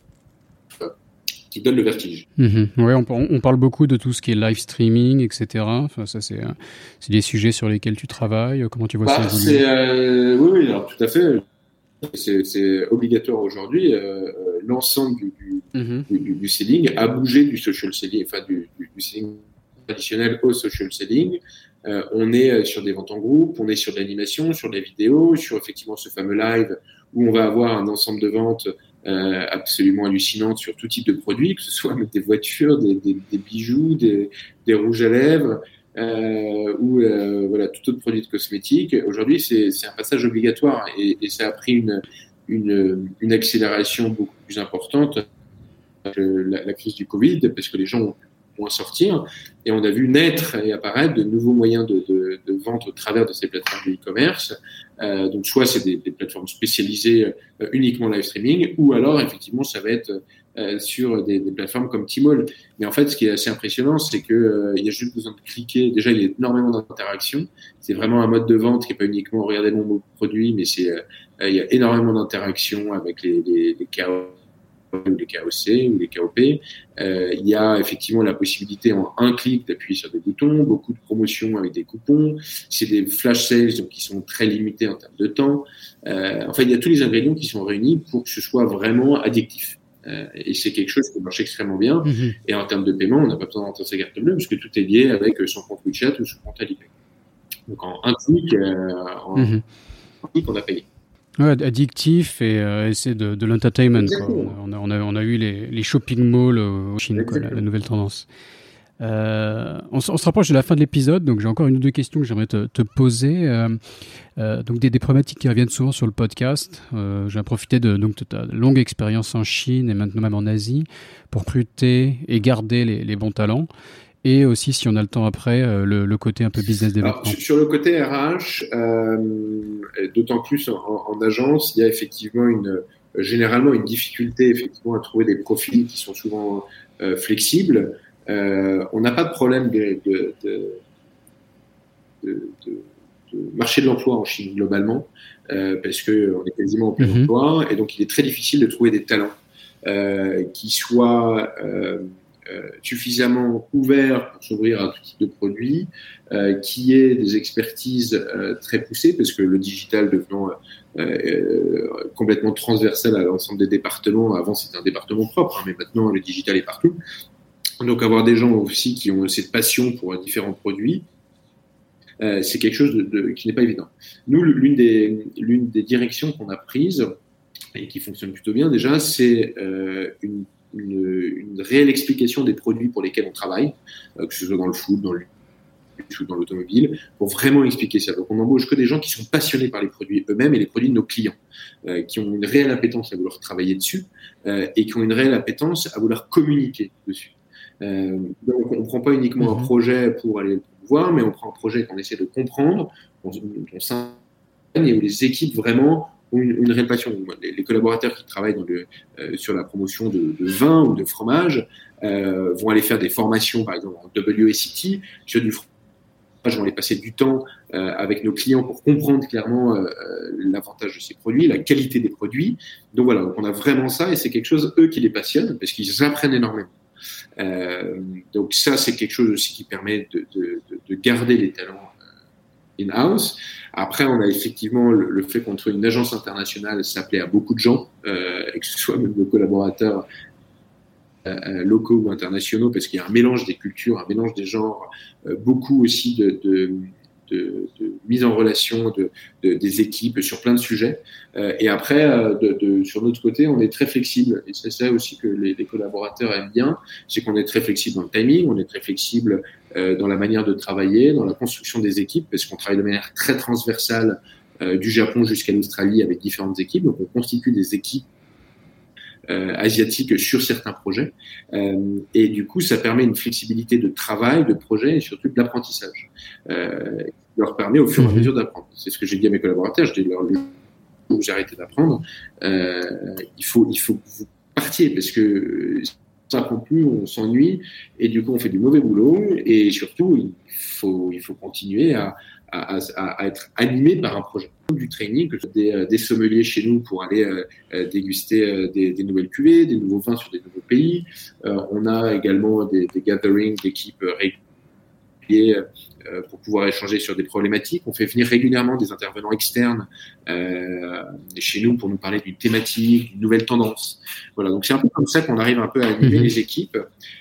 qui donnent le vertige. Ouais, on parle beaucoup de tout ce qui est live streaming, etc. Enfin, ça, c'est des sujets sur lesquels tu travailles. Comment tu vois ça évoluer? Oui, alors tout à fait. C'est obligatoire aujourd'hui. L'ensemble du selling a bougé du social selling, enfin du selling traditionnel au social selling. On est sur des ventes en groupe, on est sur de l'animation, sur des vidéos, sur effectivement ce fameux live où on va avoir un ensemble de ventes absolument hallucinantes sur tout type de produits, que ce soit des voitures, des bijoux, des rouges à lèvres, ou voilà tout autre produit de cosmétique. Aujourd'hui, c'est un passage obligatoire et ça a pris une accélération beaucoup plus importante avec la crise du Covid, parce que les gens ont moins sortir et on a vu naître et apparaître de nouveaux moyens de vente au travers de ces plateformes de e-commerce. Donc soit c'est des plateformes spécialisées uniquement live streaming, ou alors effectivement ça va être sur des plateformes comme Tmall. Mais en fait, ce qui est assez impressionnant, c'est que il y a juste besoin de cliquer. Déjà, il y a énormément d'interactions. C'est vraiment un mode de vente qui est pas uniquement regarder mon mot produit, mais il y a énormément d'interactions avec les KO ou les KOC ou les KOP. Il y a effectivement la possibilité en un clic d'appuyer sur des boutons, beaucoup de promotions avec des coupons. C'est des flash sales donc qui sont très limités en termes de temps. Enfin, il y a tous les ingrédients qui sont réunis pour que ce soit vraiment addictif. Et c'est quelque chose qui marche extrêmement bien. Et en termes de paiement, on n'a pas besoin d'entrer sa carte bleue puisque tout est lié avec son compte WeChat ou son compte Alipay. Donc en un clic, on a payé. Ouais, addictif et c'est de l'entertainment. On a eu les shopping malls au Chine, quoi, la nouvelle tendance. On se rapproche de la fin de l'épisode, donc j'ai encore une ou deux questions que j'aimerais te poser. Donc des problématiques qui reviennent souvent sur le podcast. Je vais profiter de ta longue expérience en Chine et maintenant même en Asie pour recruter et garder les bons talents. Et aussi, si on a le temps après, le côté un peu business development. Alors, sur le côté RH, d'autant plus en agence, il y a effectivement généralement une difficulté effectivement à trouver des profils qui sont souvent flexibles. On n'a pas de problème de marché de l'emploi en Chine globalement, parce que on est quasiment en plein emploi, et donc il est très difficile de trouver des talents qui soient suffisamment ouverts pour s'ouvrir à tout type de produits, qui aient des expertises très poussées, parce que le digital devenant complètement transversal à l'ensemble des départements. Avant, c'était un département propre, mais maintenant, le digital est partout. Donc, avoir des gens aussi qui ont cette passion pour différents produits, c'est quelque chose qui n'est pas évident. Nous, l'une des directions qu'on a prises et qui fonctionne plutôt bien déjà, c'est une réelle explication des produits pour lesquels on travaille, que ce soit dans le food, dans le luxe ou dans l'automobile, pour vraiment expliquer ça. Donc on n'embauche que des gens qui sont passionnés par les produits eux-mêmes et les produits de nos clients, qui ont une réelle appétence à vouloir travailler dessus et qui ont une réelle appétence à vouloir communiquer dessus. Donc on ne prend pas uniquement un projet pour aller le voir, mais on prend un projet qu'on essaie de comprendre, on s'imprègne et où les équipes vraiment ont une réelle passion. Les collaborateurs qui travaillent sur la promotion de vin ou de fromage vont aller faire des formations, par exemple en WSET, sur du fromage, vont aller passer du temps avec nos clients pour comprendre clairement l'avantage de ces produits, la qualité des produits. Donc voilà, donc on a vraiment ça et c'est quelque chose, eux, qui les passionne parce qu'ils apprennent énormément. Donc ça, c'est quelque chose aussi qui permet de garder les talents in-house. Après, on a effectivement le fait qu'on soit une agence internationale, ça plaît à beaucoup de gens, et que ce soit même nos collaborateurs locaux ou internationaux, parce qu'il y a un mélange des cultures, un mélange des genres, beaucoup aussi de mise en relation des équipes sur plein de sujets. Et après, sur notre côté, on est très flexible. Et c'est ça aussi que les collaborateurs aiment bien, c'est qu'on est très flexible dans le timing, on est très flexible dans la manière de travailler, dans la construction des équipes, parce qu'on travaille de manière très transversale du Japon jusqu'à l'Australie avec différentes équipes. Donc, on constitue des équipes asiatiques sur certains projets. Et du coup, ça permet une flexibilité de travail, de projet et surtout de l'apprentissage. Leur permet au fur et à mesure d'apprendre. C'est ce que j'ai dit à mes collaborateurs. Je dis leur le jour où j'ai arrêté d'apprendre, il faut que vous partiez parce que ça n'apprend plus, on s'ennuie et du coup on fait du mauvais boulot et surtout il faut continuer à être animé par un projet. Du training, que des sommeliers chez nous pour aller déguster des nouvelles cuvées, des nouveaux vins sur des nouveaux pays. On a également des gatherings d'équipes réguliers pour pouvoir échanger sur des problématiques. On fait venir régulièrement des intervenants externes chez nous pour nous parler d'une thématique, d'une nouvelle tendance. Voilà, donc c'est un peu comme ça qu'on arrive un peu à animer les équipes.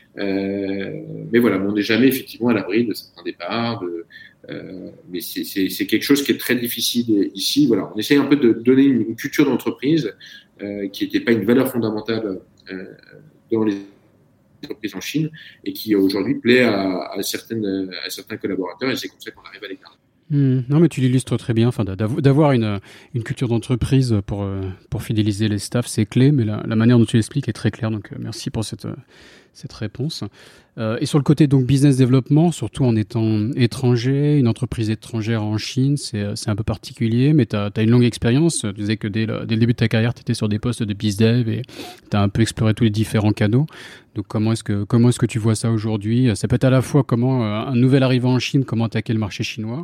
Mais voilà, on n'est jamais effectivement à l'abri de certains départs. Mais c'est quelque chose qui est très difficile ici. Voilà, on essaye un peu de donner une culture d'entreprise qui n'était pas une valeur fondamentale dans les entreprises en Chine et qui aujourd'hui plaît à certains collaborateurs et c'est comme ça qu'on arrive à les garder. Non, mais tu l'illustres très bien. Enfin, d'avoir une culture d'entreprise pour fidéliser les staffs, c'est clé, mais la manière dont tu l'expliques est très claire. Donc, merci pour cette réponse. Et sur le côté donc business développement, surtout en étant étranger, une entreprise étrangère en Chine, c'est un peu particulier, mais tu as une longue expérience. Tu disais que dès le début de ta carrière, tu étais sur des postes de BizDev et tu as un peu exploré tous les différents canaux. Donc comment est-ce que tu vois ça aujourd'hui ? Ça peut être à la fois comment un nouvel arrivant en Chine, comment attaquer le marché chinois,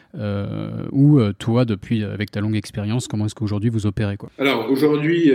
ou toi, avec ta longue expérience, comment est-ce qu'aujourd'hui vous opérez quoi ? Alors aujourd'hui,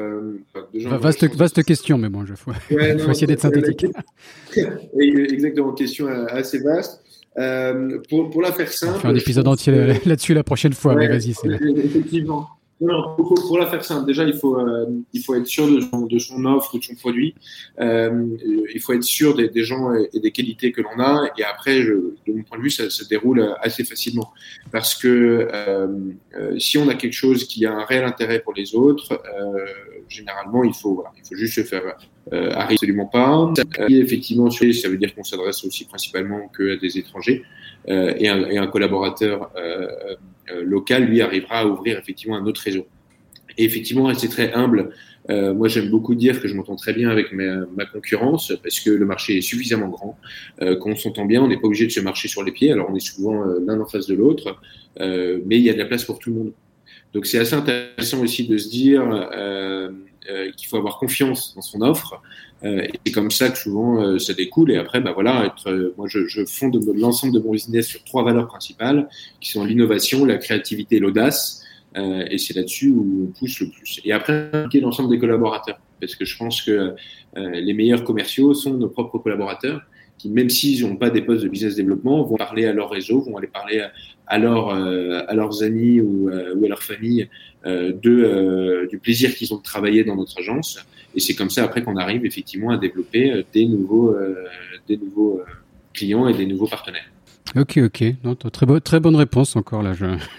vaste question, mais bon, faut essayer d'être synthétique. Exactement, question assez vaste. Pour la faire simple, on fait un épisode entier là-dessus la prochaine fois, mais vas-y. Effectivement. Non, pour la faire simple, déjà il faut être sûr de son offre ou de son produit. Il faut être sûr des gens et des qualités que l'on a. Et après, de mon point de vue, ça se déroule assez facilement parce que si on a quelque chose qui a un réel intérêt pour les autres, généralement il faut juste se faire arriver absolument pas. Et effectivement, ça veut dire qu'on s'adresse aussi principalement que à des étrangers et un collaborateur local, lui, arrivera à ouvrir effectivement un autre réseau. Et effectivement, rester très humble. Moi, j'aime beaucoup dire que je m'entends très bien avec ma concurrence parce que le marché est suffisamment grand. Quand on s'entend bien, on n'est pas obligé de se marcher sur les pieds. Alors, on est souvent l'un en face de l'autre, mais il y a de la place pour tout le monde. Donc, c'est assez intéressant aussi de se dire qu'il faut avoir confiance dans son offre. Et c'est comme ça que souvent ça découle. Et après, moi, je fonde l'ensemble de mon business sur 3 valeurs principales qui sont l'innovation, la créativité et l'audace. Et c'est là-dessus où on pousse le plus. Et après, impliquer l'ensemble des collaborateurs, parce que je pense que les meilleurs commerciaux sont nos propres collaborateurs, qui même s'ils n'ont pas des postes de business développement, vont parler à leur réseau, vont aller parler à leurs amis ou à leur famille du plaisir qu'ils ont de travailler dans notre agence. Et c'est comme ça après qu'on arrive effectivement à développer des nouveaux clients et des nouveaux partenaires. Ok. Non, très bonne réponse encore là.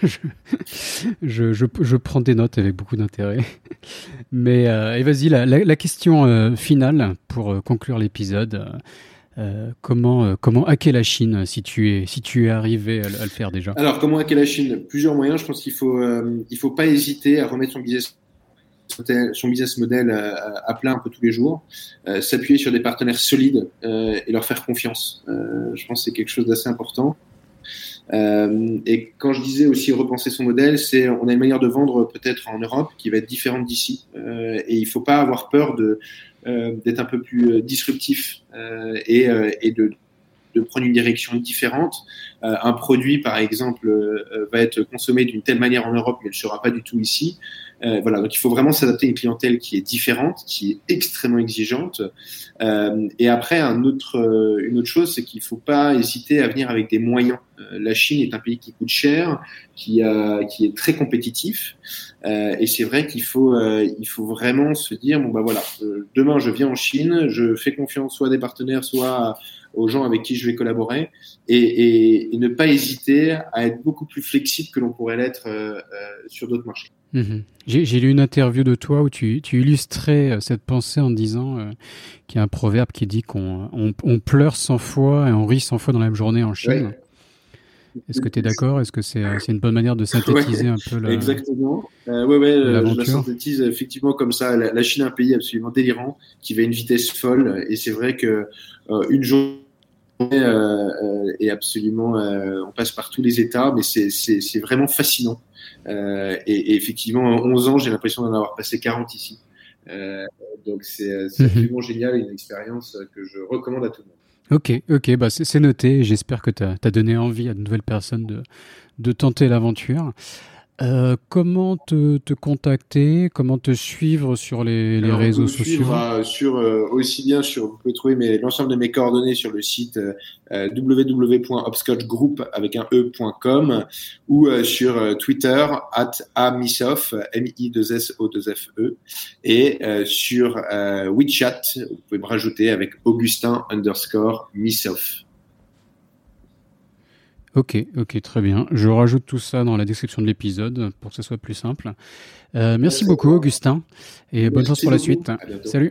Je prends des notes avec beaucoup d'intérêt. Mais et vas-y, la question finale pour conclure l'épisode. Comment hacker la Chine si tu es arrivé à le faire déjà? Alors comment hacker la Chine? Plusieurs moyens. Je pense qu'il faut pas hésiter à remettre son business model à plat un peu tous les jours, s'appuyer sur des partenaires solides et leur faire confiance. Je pense que c'est quelque chose d'assez important. Et quand je disais aussi repenser son modèle, on a une manière de vendre peut-être en Europe qui va être différente d'ici. Et il faut pas avoir peur d'être un peu plus disruptif et de prendre une direction différente. Un produit, par exemple, va être consommé d'une telle manière en Europe, mais ne le sera pas du tout ici. Voilà, donc il faut vraiment s'adapter à une clientèle qui est différente, qui est extrêmement exigeante. Et après, une autre chose, c'est qu'il ne faut pas hésiter à venir avec des moyens La Chine est un pays qui coûte cher, qui est très compétitif, et c'est vrai qu'il faut vraiment se dire bon bah voilà, demain je viens en Chine, je fais confiance soit à des partenaires, soit aux gens avec qui je vais collaborer, et ne pas hésiter à être beaucoup plus flexible que l'on pourrait l'être sur d'autres marchés. Mmh. J'ai lu une interview de toi où tu illustrais cette pensée en disant qu'il y a un proverbe qui dit qu'on pleure 100 fois et on rit 100 fois dans la même journée en Chine. Ouais. Est-ce que tu es d'accord? Est-ce que c'est une bonne manière de synthétiser un peu exactement. Je la synthétise effectivement comme ça. La Chine est un pays absolument délirant qui va à une vitesse folle, et c'est vrai que une journée est absolument, on passe par tous les états, mais c'est vraiment fascinant. Et effectivement, en 11 ans, j'ai l'impression d'en avoir passé 40 ici. Donc c'est absolument génial, une expérience que je recommande à tout le monde. Ok, bah c'est noté. J'espère que tu as donné envie à de nouvelles personnes de tenter l'aventure. Comment te contacter? Comment te suivre sur les réseaux sociaux? Vous pouvez trouver l'ensemble de mes coordonnées sur le site www.hopscotchgroup.com ou sur Twitter @amisof MI2SO2FE, et sur WeChat vous pouvez me rajouter avec Augustin_Misof. Ok, très bien. Je rajoute tout ça dans la description de l'épisode pour que ce soit plus simple. Merci beaucoup, Augustin, et bonne chance pour la suite. Salut.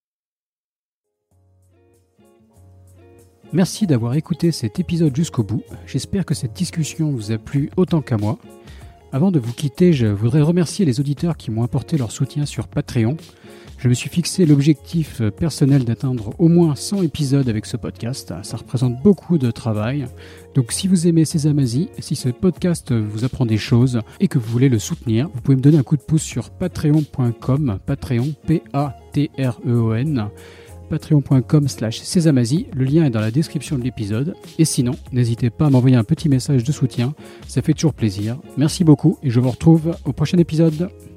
Merci d'avoir écouté cet épisode jusqu'au bout. J'espère que cette discussion vous a plu autant qu'à moi. Avant de vous quitter, je voudrais remercier les auditeurs qui m'ont apporté leur soutien sur Patreon. Je me suis fixé l'objectif personnel d'atteindre au moins 100 épisodes avec ce podcast. Ça représente beaucoup de travail. Donc si vous aimez Sésamazie, si ce podcast vous apprend des choses et que vous voulez le soutenir, vous pouvez me donner un coup de pouce sur patreon.com, Patreon, P-A-T-R-E-O-N, patreon.com/Sésamazie. Le lien est dans la description de l'épisode. Et sinon, n'hésitez pas à m'envoyer un petit message de soutien. Ça fait toujours plaisir. Merci beaucoup et je vous retrouve au prochain épisode.